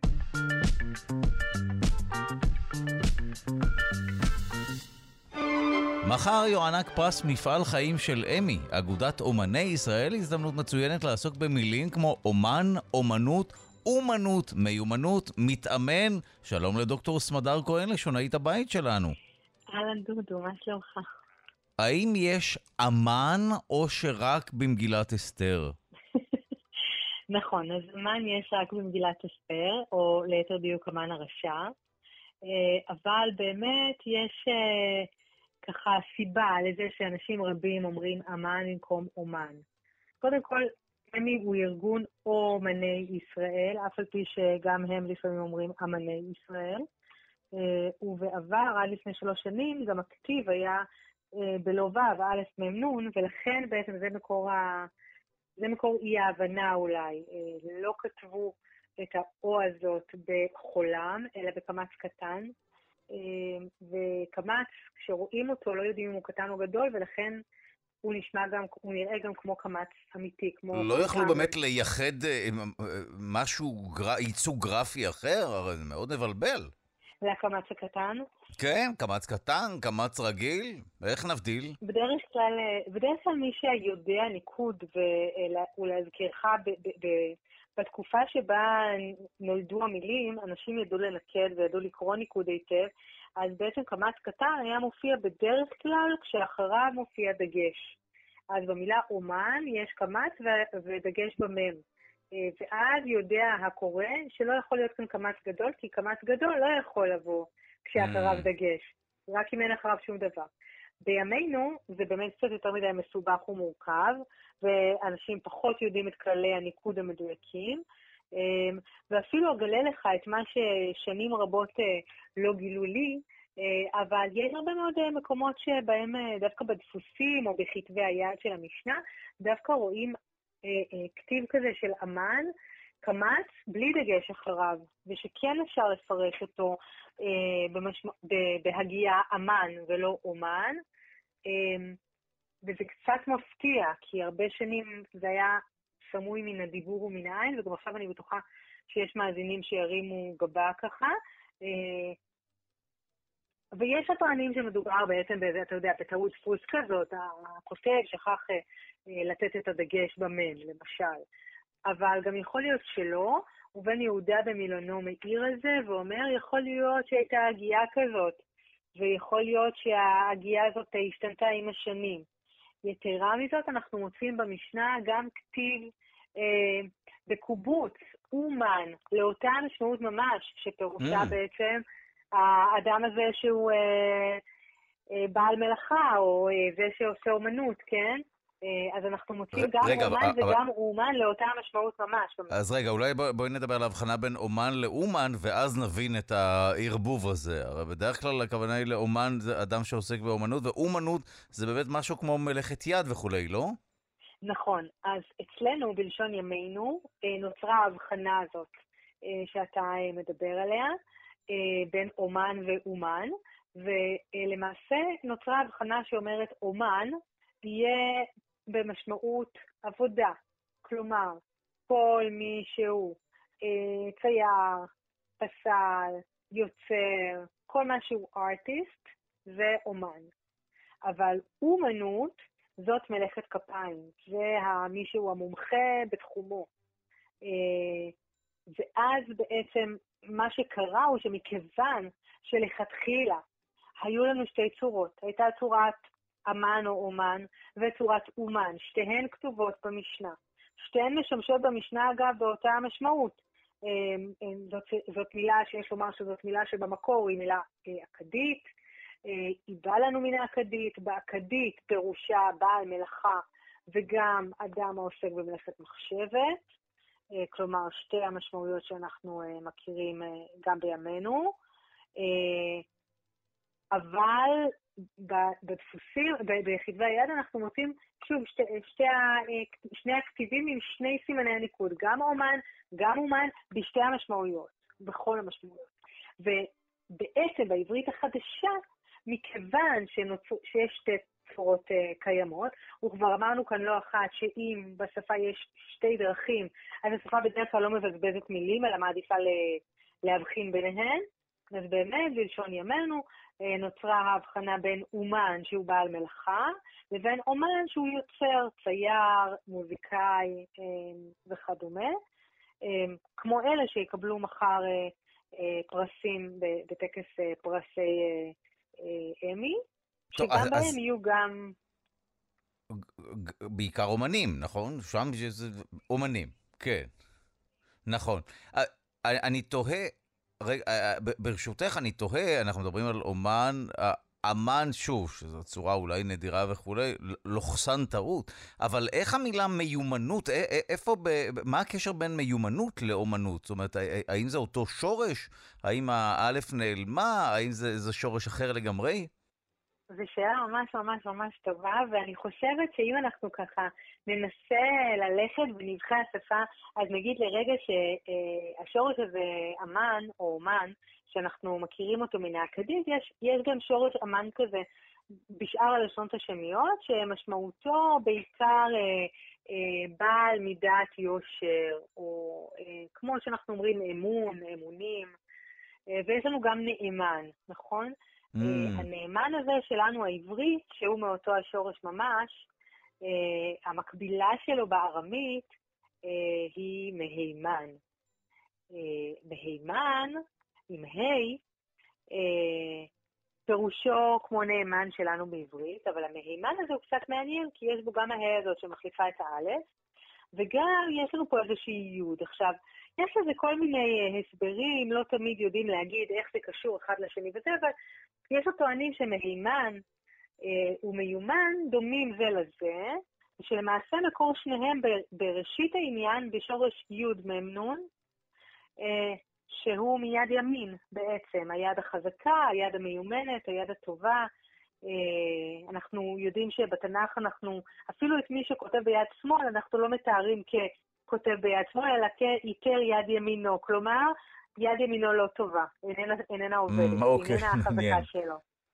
מחר יוענק פרס מפעל חיים של אמי, אגודת אומני ישראל, הזדמנות מצוינת לעסוק במילים כמו אומן, אומנות, אומנות, מיומנות, מתאמן. שלום לדוקטור סמדר כהן, לשונאית הבית שלנו. אהלן דודו, מה שלומך? האם יש אמן או שרק במגילת אסתר? נכון, אז אמן יש רק במגילת אסתר, או ליתר דיוק אמן הרשע, אבל באמת יש ככה סיבה לזה שאנשים רבים אומרים אמן במקום אומן. קודם כל, אמי הוא ארגון אומני ישראל, אף על פי שגם הם לפעמים אומרים אמני ישראל, ובעבר, עד לפני שלוש שנים, גם הכתיב היה בלובב, א' ממנון, ולכן בעצם זה מקור, ה... זה מקור אי ההבנה אולי. לא כתבו את האו הזאת בחולם, אלא בקמץ קטן, וקמץ, כשרואים אותו, לא יודעים אם הוא קטן או גדול, ולכן הוא נשמע גם, הוא נראה גם כמו קמץ אמיתי, כמו... לא יכלו באמת לייחד משהו, ייצוג גרפי אחר? הרי זה מאוד מבלבל. לקמץ הקטן? כן, קמץ קטן, קמץ רגיל, איך נבדיל? בדרך כלל, בדרך כלל מי שיודע ניקוד, ולהזכירך, בתקופה שבה נולדו המילים, אנשים ידעו לנקד וידעו לקרוא ניקוד היטב, אז בעצם קמץ קטן היה מופיע בדרך כלל כשאחריו מופיע דגש. אז במילה אומן יש קמץ ודגש במם. ואז יודע הקורא שלא יכול להיות כאן קמץ גדול, כי קמץ גדול לא יכול לבוא כשאחריו דגש, רק אם אין אחריו שום דבר. בימינו זה באמת קצת יותר מדי מסובך ומורכב, ואנשים פחות יודעים את כללי הניקוד המדויקים, ואפילו אגלה לך את מה ששנים רבות לא גילו לי, אבל יש הרבה מאוד מקומות שבהם דווקא בדפוסים או בכתבי היד של המשנה, דווקא רואים כתיב כזה של אמן, קמץ בלי דגש אחריו, ושכן אפשר לפרש אותו במשמע, בהגיעה אמן ולא אומן, וזה קצת מפתיע, כי הרבה שנים זה היה סמוי מן הדיבור ומן העין, וגם עכשיו אני בטוחה שיש מאזינים שירימו גבה ככה, ויש הטוענים שמדובר בעצם באיזה, אתה יודע, בטעות דפוס כזאת, הכותב שכח לתת את הדגש במן, למשל. אבל גם יכול להיות שלא, ובן יהודה במילונו מאיר על זה, ואומר, יכול להיות שהייתה הגיעה כזאת, ויכול להיות שההגיעה הזאת השתנתה עם השנים. יתרה מזאת, אנחנו מוצאים במשנה גם כתיב אה, בקובוץ, אומן, לאותה משמעות ממש, שפירושה mm. בעצם האדם הזה שהוא אה, אה, בעל מלאכה, או אה, זה שעושה אומנות, כן? אז אנחנו מוצאים גם רגע, אומן אבל... וגם אומן לאותה המשמעות ממש. אז רגע, אולי בואי בוא נדבר על ההבחנה בין אומן לאומן, ואז נבין את הערבוב הזה. הרי בדרך כלל הכוונה היא לאומן, זה אדם שעוסק באומנות, ואומנות זה באמת משהו כמו מלאכת יד וכולי, לא? נכון. אז אצלנו, בלשון ימינו, נוצרה ההבחנה הזאת שאתה מדבר עליה, בין אומן ואומן, ולמעשה נוצרה הבחנה שאומרת אומן יהיה במשמעות עבודה. כלומר, כל מי שהוא אה, צייר, פסל, יוצר, כל מה שהוא ארטיסט, זה אומן. אבל אומנות זאת מלאכת כפיים. זה מי שהוא המומחה בתחומו. אה, ואז בעצם מה שקרה הוא שמכיוון שלכתחילה היו לנו שתי צורות. הייתה צורת אמן או אומן וצורת אומן. שתיהן כתובות במשנה. שתיהן משמשות במשנה אגב באותה המשמעות. זאת, זאת מילה שיש לומר שזאת מילה שבמקור היא מילה אכדית. היא באה לנו מן האכדית. באכדית פירושה בעל מלאכה וגם אדם העוסק במלאכת מחשבת. כלומר שתי המשמעויות שאנחנו מכירים גם בימינו. אבל בדפוסים, בכתבי היד אנחנו מוצאים שוב שתי, שתי, שני הכתיבים עם שני סימני הניקוד, גם אומן, גם אומן, בשתי המשמעויות, בכל המשמעויות. ובעצם בעברית החדשה, מכיוון שנוצ... שיש שתי צורות uh, קיימות, וכבר אמרנו כאן לא אחת שאם בשפה יש שתי דרכים, אז השפה בדרך כלל לא מבזבזת מילים, אלא מעדיפה להבחין ביניהן, אז באמת, בלשון ימינו, נוצרה ההבחנה בין אומן שהוא בעל מלאכה, לבין אומן שהוא יוצר, צייר, מוזיקאי וכדומה, כמו אלה שיקבלו מחר פרסים בטקס פרסי אמי, שגם אז, בהם אז... יהיו גם... בעיקר אומנים, נכון? שם זה אומנים, כן. נכון. אני תוהה, רגע, ברשותך אני תוהה, אנחנו מדברים על אומן, אמן שוב, שזו צורה אולי נדירה וכולי, לוחסן טעות, אבל איך המילה מיומנות, איפה, מה הקשר בין מיומנות לאומנות? זאת אומרת, האם זה אותו שורש? האם האלף נעלמה? האם זה, זה שורש אחר לגמרי? זו שאלה ממש ממש ממש טובה, ואני חושבת שאם אנחנו ככה ננסה ללכת בנבחי השפה, אז נגיד לרגע שהשורש הזה אמן או אומן, שאנחנו מכירים אותו מן האכדית, יש, יש גם שורש אמן כזה בשאר הלשונות השמיות, שמשמעותו בעיקר אה, אה, בעל מידת יושר, או אה, כמו שאנחנו אומרים אמון, אמונים, אה, ויש לנו גם נאמן, נכון? Mm. הנאמן הזה שלנו העברי, שהוא מאותו השורש ממש, uh, המקבילה שלו בארמית uh, היא מהימן. Uh, מהימן, עם ה' uh, פירושו כמו נאמן שלנו בעברית, אבל המהימן הזה הוא קצת מעניין, כי יש בו גם הה' הזאת שמחליפה את האלף, וגם יש לנו פה איזושהי יוד. עכשיו, יש לזה כל מיני הסברים, לא תמיד יודעים להגיד איך זה קשור אחד לשני וזה, אבל יש הטוענים שמהימן אה, ומיומן דומים זה לזה, ושלמעשה מקור שניהם בראשית העניין בשורש יוד ממנון, אה, שהוא מיד ימין בעצם, היד החזקה, היד המיומנת, היד הטובה. אה, אנחנו יודעים שבתנ"ך אנחנו, אפילו את מי שכותב ביד שמאל, אנחנו לא מתארים ככותב ביד שמאל, אלא כיתר יד ימינו, כלומר, יד ימינו לא טובה, איננה, איננה עובדת, mm, okay. איננה החזקה שלו.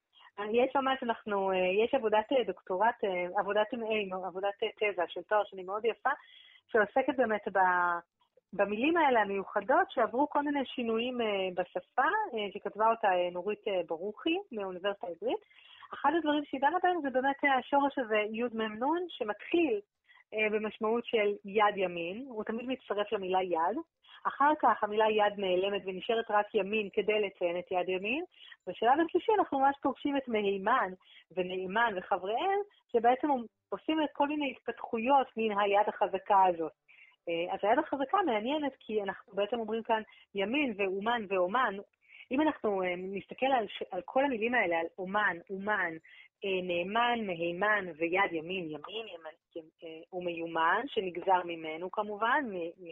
יש ממש, אנחנו, יש עבודת דוקטורט, עבודת עבודת תזה של תואר שני מאוד יפה, שעוסקת באמת ב, במילים האלה המיוחדות, שעברו כל מיני שינויים בשפה, שכתבה אותה נורית ברוכי מהאוניברסיטה העברית. אחד הדברים שהדענו בהם זה באמת השורש הזה, יוד ממנון, שמתחיל במשמעות של יד ימין, הוא תמיד מצטרף למילה יד, אחר כך המילה יד נעלמת ונשארת רק ימין כדי לציין את יד ימין, בשלב השלישי אנחנו ממש פוגשים את מהימן ונאמן וחבריהם, שבעצם עושים את כל מיני התפתחויות מן היד החזקה הזאת. אז היד החזקה מעניינת כי אנחנו בעצם אומרים כאן ימין ואומן ואומן. אם אנחנו נסתכל על, על כל המילים האלה, על אומן, אומן, נאמן, מהימן ויד ימין ימין, ימין הוא מיומן, שנגזר ממנו כמובן,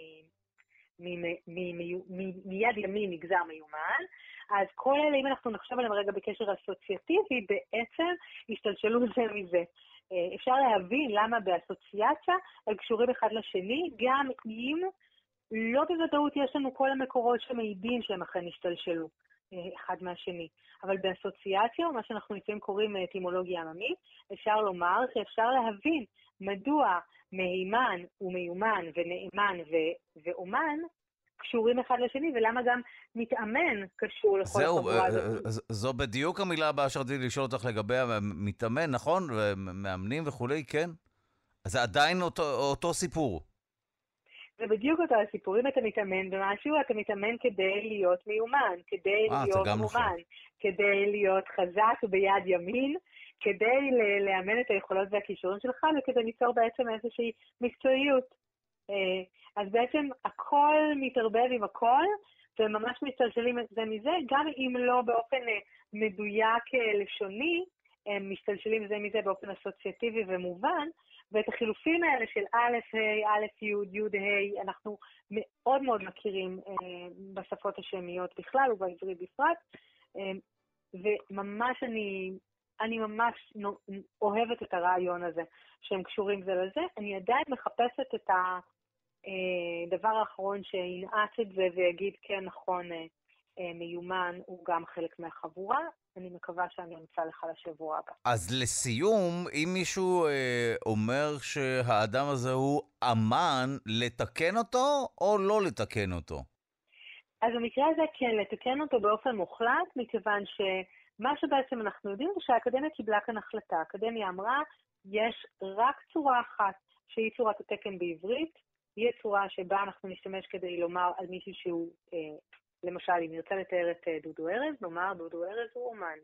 מיד ימין נגזר מיומן. אז כל אלה, אם אנחנו נחשוב עליהם רגע בקשר אסוציאטיבי, בעצם השתלשלו זה מזה. אפשר להבין למה באסוציאציה הם קשורים אחד לשני, גם אם לא בוודאות יש לנו כל המקורות שמעידים שהם אכן השתלשלו אחד מהשני. אבל באסוציאציה, או מה שאנחנו לפעמים קוראים אטימולוגיה עממית, אפשר לומר שאפשר להבין מדוע מהימן ומיומן ונאמן ו- ואומן קשורים אחד לשני, ולמה גם מתאמן קשור לכל החבורה הזאת. זהו, זו בדיוק המילה הבאה שרציתי לשאול אותך לגבי מתאמן, נכון? ומאמנים וכולי, כן? אז זה עדיין אותו, אותו סיפור. זה בדיוק אותו הסיפור. אם אתה מתאמן במשהו, אתה מתאמן כדי להיות מיומן, כדי 아, להיות אומן, נכון. כדי להיות חזק ביד ימין, כדי לאמן את היכולות והכישורים שלך, וכדי ליצור בעצם איזושהי מקצועיות. אז בעצם הכל מתערבב עם הכל, וממש משתלשלים זה מזה, גם אם לא באופן מדויק לשוני, הם משתלשלים זה מזה באופן אסוציאטיבי ומובן, ואת החילופים האלה של א', ה', א', י', י', ה', אנחנו מאוד מאוד מכירים אה, בשפות השמיות בכלל ובעברית בפרט, אה, וממש אני, אני ממש אוהבת את הרעיון הזה, שהם קשורים זה לזה. אני עדיין מחפשת את הדבר האחרון שינעץ את זה ויגיד כן נכון, אה, אה, מיומן הוא גם חלק מהחבורה. אני מקווה שאני אמצא לך לשבוע הבא. אז לסיום, אם מישהו אה, אומר שהאדם הזה הוא אמן, לתקן אותו או לא לתקן אותו? אז במקרה הזה כן, לתקן אותו באופן מוחלט, מכיוון שמה שבעצם אנחנו יודעים זה שהאקדמיה קיבלה כאן החלטה. האקדמיה אמרה, יש רק צורה אחת שהיא צורת התקן בעברית, היא צורה שבה אנחנו נשתמש כדי לומר על מישהו שהוא... אה, למשל, אם נרצה לתאר את דודו ארז, נאמר, דודו ארז הוא אומן.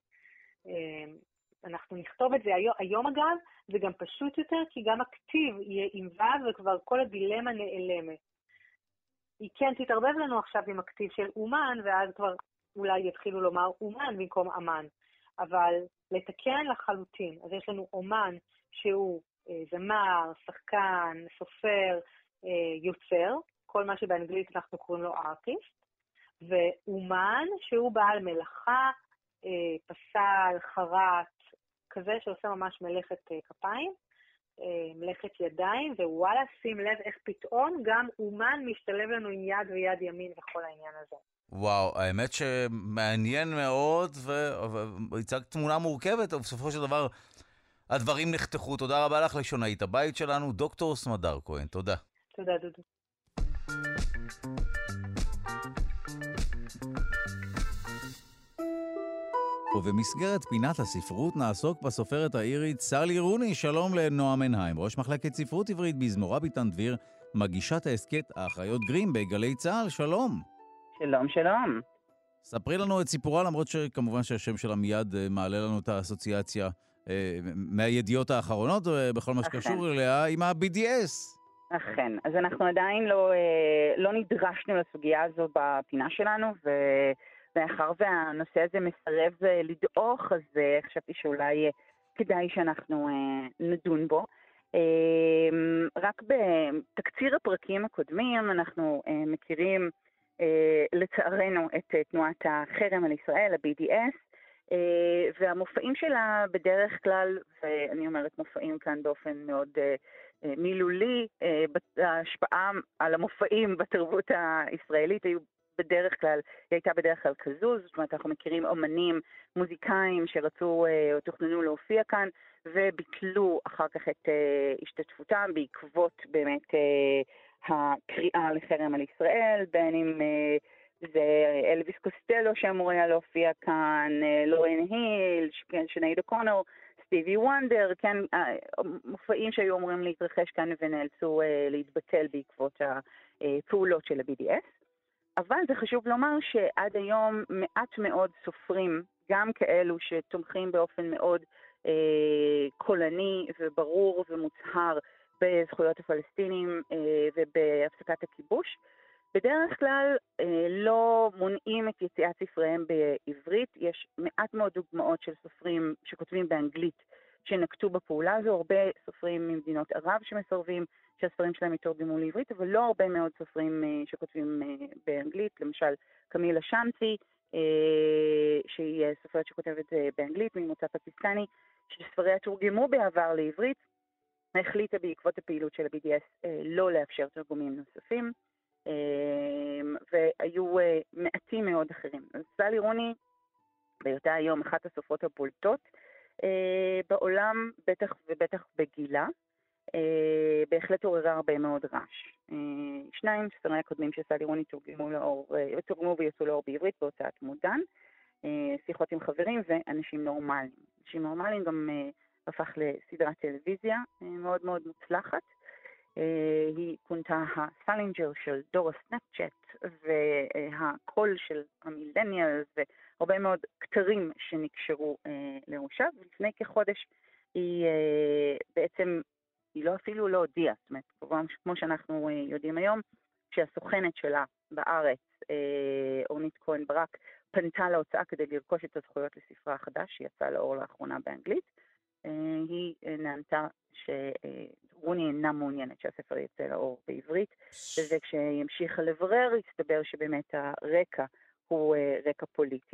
אנחנו נכתוב את זה היום, היום אגב, זה גם פשוט יותר, כי גם הכתיב יהיה עם ו' וכבר כל הדילמה נעלמת. היא כן תתערבב לנו עכשיו עם הכתיב של אומן, ואז כבר אולי יתחילו לומר אומן במקום אמן. אבל לתקן לחלוטין. אז יש לנו אומן שהוא זמר, שחקן, סופר, יוצר, כל מה שבאנגלית אנחנו קוראים לו ארטיסט, ואומן שהוא בעל מלאכה, פסל, חרט, כזה שעושה ממש מלאכת כפיים, מלאכת ידיים, ווואלה, שים לב איך פתאום גם אומן משתלב לנו עם יד ויד ימין וכל העניין הזה. וואו, האמת שמעניין מאוד, והצגת תמונה מורכבת, ובסופו של דבר הדברים נחתכו. תודה רבה לך לשונאית הבית שלנו, דוקטור סמדר כהן. תודה. תודה, דודו. ובמסגרת פינת הספרות נעסוק בסופרת האירית סלי רוני. שלום לנועה מנהיים, ראש מחלקת ספרות עברית בזמורה ביטן דביר, מגישת העסקת האחיות גרים בגלי צהל. שלום. שלום, שלום. ספרי לנו את סיפורה, למרות שכמובן שהשם שלה מיד מעלה לנו את האסוציאציה אה, מהידיעות האחרונות, בכל מה שקשור אליה, עם ה-בי די אס. אכן, אז אנחנו עדיין לא, לא נדרשנו לסוגיה הזו בפינה שלנו, ו... מאחר והנושא הזה מסרב לדעוך, אז חשבתי שאולי כדאי שאנחנו נדון בו. רק בתקציר הפרקים הקודמים אנחנו מכירים לצערנו את תנועת החרם על ישראל, ה-בי די אס, והמופעים שלה בדרך כלל, ואני אומרת מופעים כאן באופן מאוד מילולי, ההשפעה על המופעים בתרבות הישראלית היו בדרך כלל, היא הייתה בדרך כלל כזו, זאת אומרת, אנחנו מכירים אומנים, מוזיקאים שרצו או תוכננו להופיע כאן, וביטלו אחר כך את השתתפותם בעקבות באמת הקריאה לחרם על ישראל, בין אם זה אלוויס קוסטלו שאמור היה להופיע כאן, לורן היל, שנייד אוקונור, סטיבי וונדר, כן, מופעים שהיו אמורים להתרחש כאן ונאלצו להתבטל בעקבות הפעולות של ה-בי די אס. אבל זה חשוב לומר שעד היום מעט מאוד סופרים, גם כאלו שתומכים באופן מאוד אה, קולני וברור ומוצהר בזכויות הפלסטינים אה, ובהפסקת הכיבוש, בדרך כלל אה, לא מונעים את יציאת ספריהם בעברית. יש מעט מאוד דוגמאות של סופרים שכותבים באנגלית שנקטו בפעולה הזו, הרבה סופרים ממדינות ערב שמסרבים שהספרים שלהם יתורגמו לעברית, אבל לא הרבה מאוד סופרים שכותבים באנגלית, למשל קמילה שמסי, שהיא סופרת שכותבת באנגלית ממוצא פקיסטני, שספריה תורגמו בעבר לעברית, החליטה בעקבות הפעילות של ה-בי די אס לא לאפשר תרגומים נוספים, והיו מעטים מאוד אחרים. אז סאלי רוני, בהיותה היום אחת הסופרות הבולטות בעולם, בטח ובטח בגילה, בהחלט עוררה הרבה מאוד רעש. שניים ספרי הקודמים של סאלי רוני תורגמו לאור, תורגמו ויצאו לאור בעברית בהוצאת מודן, שיחות עם חברים ואנשים נורמליים. אנשים נורמליים גם הפך לסדרת טלוויזיה מאוד מאוד מוצלחת. היא כונתה הסלינג'ר של דור הסנאפצ'אט והקול של המילניאל והרבה מאוד כתרים שנקשרו לראשה, ולפני כחודש היא בעצם, היא לא אפילו לא הודיעה, זאת אומרת, כמו שאנחנו יודעים היום, שהסוכנת שלה בארץ, אורנית כהן ברק, פנתה להוצאה כדי לרכוש את הזכויות לספרה החדש, שיצא לאור לאחרונה באנגלית, היא נענתה שרוני אינה מעוניינת שהספר יצא לאור בעברית, וכשהיא המשיכה לברר, הסתבר שבאמת הרקע הוא רקע פוליטי.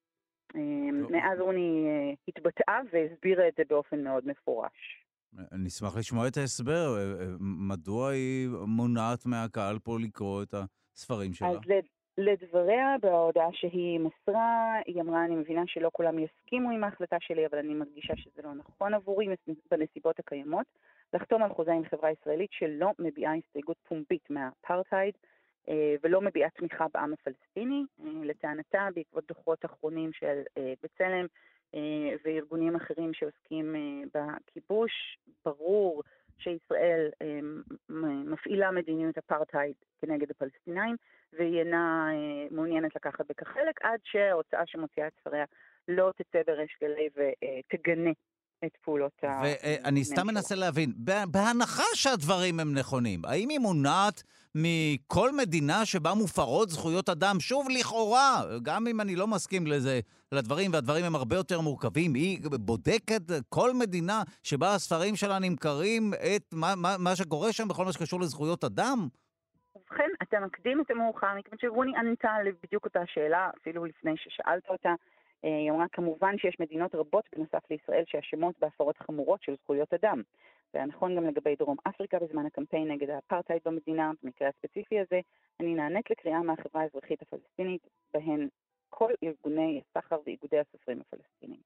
מאז רוני התבטאה והסבירה את זה באופן מאוד מפורש. אני אשמח לשמוע את ההסבר, מדוע היא מונעת מהקהל פה לקרוא את הספרים שלה? אז לדבריה, בהודעה שהיא מסרה, היא אמרה, אני מבינה שלא כולם יסכימו עם ההחלטה שלי, אבל אני מרגישה שזה לא נכון עבורי בנסיבות הקיימות, לחתום על חוזה עם חברה ישראלית שלא מביעה הסתייגות פומבית מהאפרטהייד, ולא מביעה תמיכה בעם הפלסטיני, לטענתה בעקבות דוחות אחרונים של בצלם, וארגונים אחרים שעוסקים בכיבוש, ברור שישראל מפעילה מדיניות אפרטהייד כנגד הפלסטינאים, והיא אינה מעוניינת לקחת בכך חלק, עד שההוצאה שמוציאה את ספריה לא תצא בריש גלי ותגנה את פעולות ה... ואני סתם מנסה להבין, בהנחה שהדברים הם נכונים, האם היא מונעת מכל מדינה שבה מופרות זכויות אדם, שוב לכאורה, גם אם אני לא מסכים לזה, לדברים, והדברים הם הרבה יותר מורכבים, היא בודקת כל מדינה שבה הספרים שלה נמכרים את מה, מה, מה שקורה שם בכל מה שקשור לזכויות אדם? ובכן, אתה מקדים את המאוחר, מכיוון שרוני ענתה בדיוק אותה שאלה, אפילו לפני ששאלת אותה, היא אמרה כמובן שיש מדינות רבות בנוסף לישראל שהשמות בהפרות חמורות של זכויות אדם. והנכון גם לגבי דרום אפריקה בזמן הקמפיין נגד האפרטהייד במדינה, במקרה הספציפי הזה, אני נענית לקריאה מהחברה האזרחית הפלסטינית, בהן כל ארגוני הסחר ואיגודי הסופרים הפלסטינים.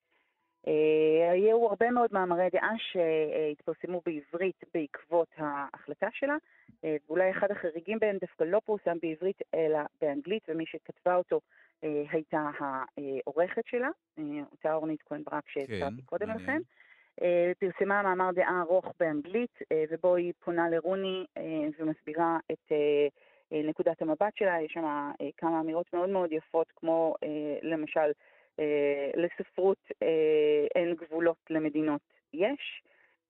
היו הרבה מאוד מאמרי דעה שהתפרסמו בעברית בעקבות ההחלטה שלה, ואולי אחד החריגים בהם דווקא לא פורסם בעברית אלא באנגלית, ומי שכתבה אותו הייתה העורכת שלה, אותה אורנית כהן ברק שהזכרתי קודם לכן. פרסמה מאמר דעה ארוך באנגלית, ובו היא פונה לרוני ומסבירה את נקודת המבט שלה. יש שם כמה אמירות מאוד מאוד יפות, כמו למשל, לספרות אין גבולות, למדינות יש,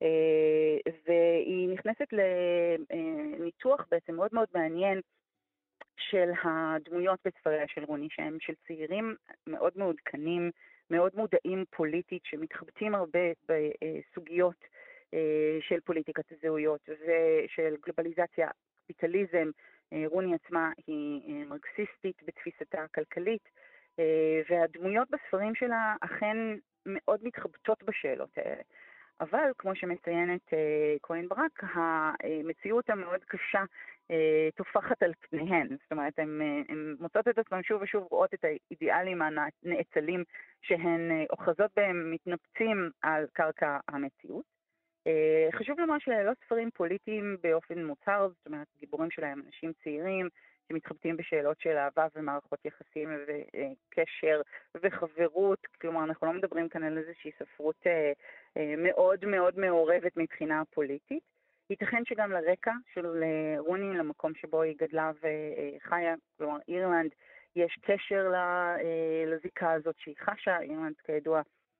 והיא נכנסת לניתוח בעצם מאוד מאוד מעניין של הדמויות בספריה של רוני, שהם של צעירים מאוד מעודכנים, מאוד מודעים פוליטית, שמתחבטים הרבה בסוגיות של פוליטיקת הזהויות ושל גלובליזציה, קפיטליזם. רוני עצמה היא מרקסיסטית בתפיסתה הכלכלית, והדמויות בספרים שלה אכן מאוד מתחבטות בשאלות האלה. אבל כמו שמציינת כהן ברק, המציאות המאוד קשה תופחת על פניהן. זאת אומרת, הן מוצאות את עצמם שוב ושוב רואות את האידיאלים הנאצלים שהן אוחזות בהם מתנפצים על קרקע המציאות. חשוב לומר שאלה לא ספרים פוליטיים באופן מוצהר, זאת אומרת, גיבורים שלהם אנשים צעירים שמתחבטים בשאלות של אהבה ומערכות יחסים וקשר וחברות. כלומר, אנחנו לא מדברים כאן על איזושהי ספרות מאוד מאוד מעורבת מבחינה פוליטית. ייתכן שגם לרקע של רוני, למקום שבו היא גדלה וחיה, כלומר אירלנד, יש קשר לזיקה הזאת שהיא חשה. אירלנד כידוע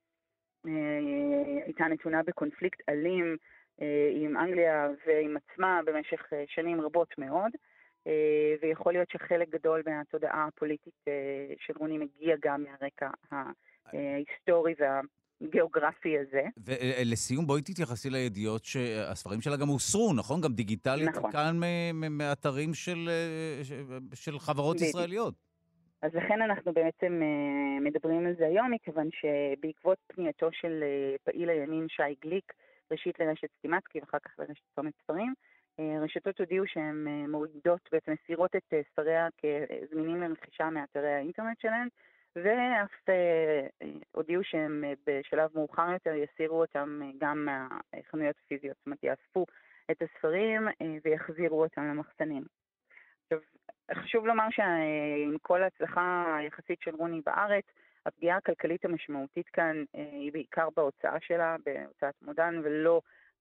הייתה נתונה בקונפליקט אלים עם אנגליה ועם עצמה במשך שנים רבות מאוד, ויכול להיות שחלק גדול מהתודעה הפוליטית של רוני מגיע גם מהרקע ההיסטורי הגיאוגרפי הזה. ולסיום, בואי תתייחסי לידיעות שהספרים שלה גם הוסרו, נכון? גם דיגיטלית, נכון. כאן מאתרים של, של חברות בדיוק. ישראליות. אז לכן אנחנו בעצם מדברים על זה היום, מכיוון שבעקבות פנייתו של פעיל הימין שי גליק, ראשית לרשת סטימצקי ואחר כך לרשת צומת ספרים, רשתות הודיעו שהן מורידות, בעצם מסירות את ספריה כזמינים לרכישה מאתרי האינטרנט שלהן, ואף הודיעו שהם בשלב מאוחר יותר יסירו אותם גם מהחנויות הפיזיות, זאת אומרת יאספו את הספרים ויחזירו אותם למחסנים. עכשיו, חשוב לומר שעם כל ההצלחה היחסית של רוני בארץ, הפגיעה הכלכלית המשמעותית כאן היא בעיקר בהוצאה שלה, בהוצאת מודן, ולא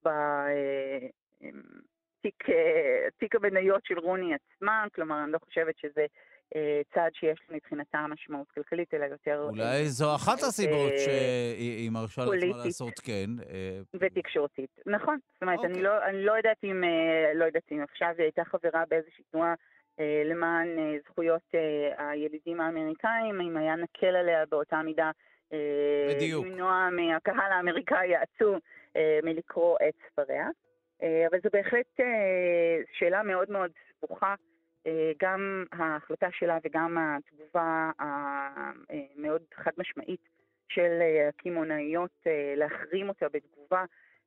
בתיק המניות של רוני עצמה, כלומר אני לא חושבת שזה צעד שיש לו מבחינתה משמעות כלכלית, אלא יותר... אולי זו אחת הסיבות שהיא מרשה לעצמה לעשות כן. ותקשורתית, נכון. זאת אומרת, אני לא יודעת אם עכשיו היא הייתה חברה באיזושהי תנועה למען זכויות הילידים האמריקאים, אם היה נקל עליה באותה מידה, למנוע מהקהל האמריקאי העצום מלקרוא את ספריה. אבל זו בהחלט שאלה מאוד מאוד סבוכה, גם ההחלטה שלה וגם התגובה המאוד חד משמעית של הקמעונאיות להחרים אותה בתגובה,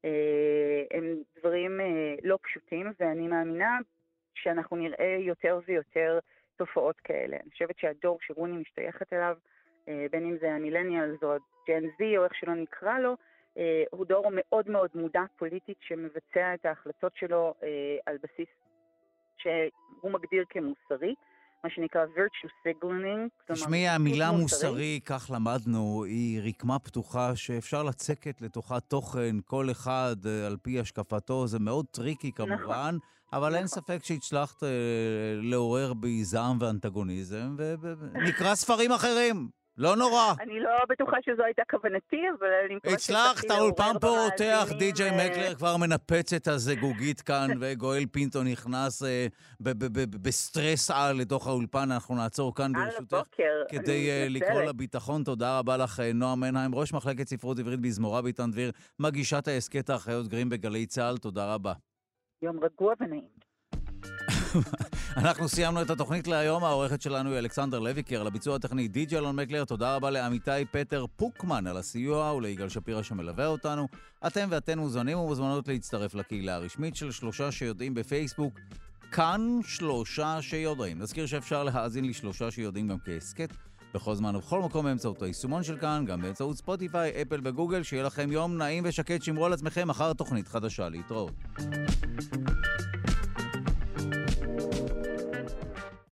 הם דברים לא פשוטים, ואני מאמינה שאנחנו נראה יותר ויותר תופעות כאלה. אני חושבת שהדור שרוני משתייכת אליו, בין אם זה המילניאלס או הג'ן זי או איך שלא נקרא לו, הוא דור מאוד מאוד מודע פוליטית שמבצע את ההחלטות שלו על בסיס שהוא מגדיר כמוסרי, מה שנקרא virtue signaling. תשמעי, המילה מוסרי, כך למדנו, היא רקמה פתוחה שאפשר לצקת לתוכה תוכן, כל אחד על פי השקפתו, זה מאוד טריקי כמובן, נכון. אבל נכון. אין ספק שהצלחת לעורר בי זעם ואנטגוניזם, ונקרא ספרים אחרים. לא נורא. אני לא בטוחה שזו הייתה כוונתי, אבל אני מקווה הצלחת, האולפן פה רותח, די-ג'יי מקלר כבר מנפץ את הזגוגית כאן, וגואל פינטו נכנס בסטרס על לתוך האולפן. אנחנו נעצור כאן ברשותך כדי לקרוא לביטחון. תודה רבה לך, נועה מנהיים, ראש מחלקת ספרות עברית בזמורה ביתן דביר, מגישת ההסכת האחיות גרים בגלי צהל. תודה רבה. יום רגוע ונעים. אנחנו סיימנו את התוכנית להיום, העורכת שלנו היא אלכסנדר לויקר, לביצוע הטכני די-ג'יי אלון מקלר, תודה רבה לעמיתי פטר פוקמן על הסיוע וליגאל שפירא שמלווה אותנו. אתם ואתן מוזמנים ומוזמנות להצטרף לקהילה הרשמית של שלושה שיודעים בפייסבוק, כאן שלושה שיודעים. נזכיר שאפשר להאזין לשלושה שיודעים גם כעסקט, בכל זמן ובכל מקום באמצעות היישומון של כאן, גם באמצעות ספוטיפיי, אפל וגוגל. שיהיה לכם יום נעים ושקט, שמרו על עצמכם, אחר תוכנית חדשה להתראות.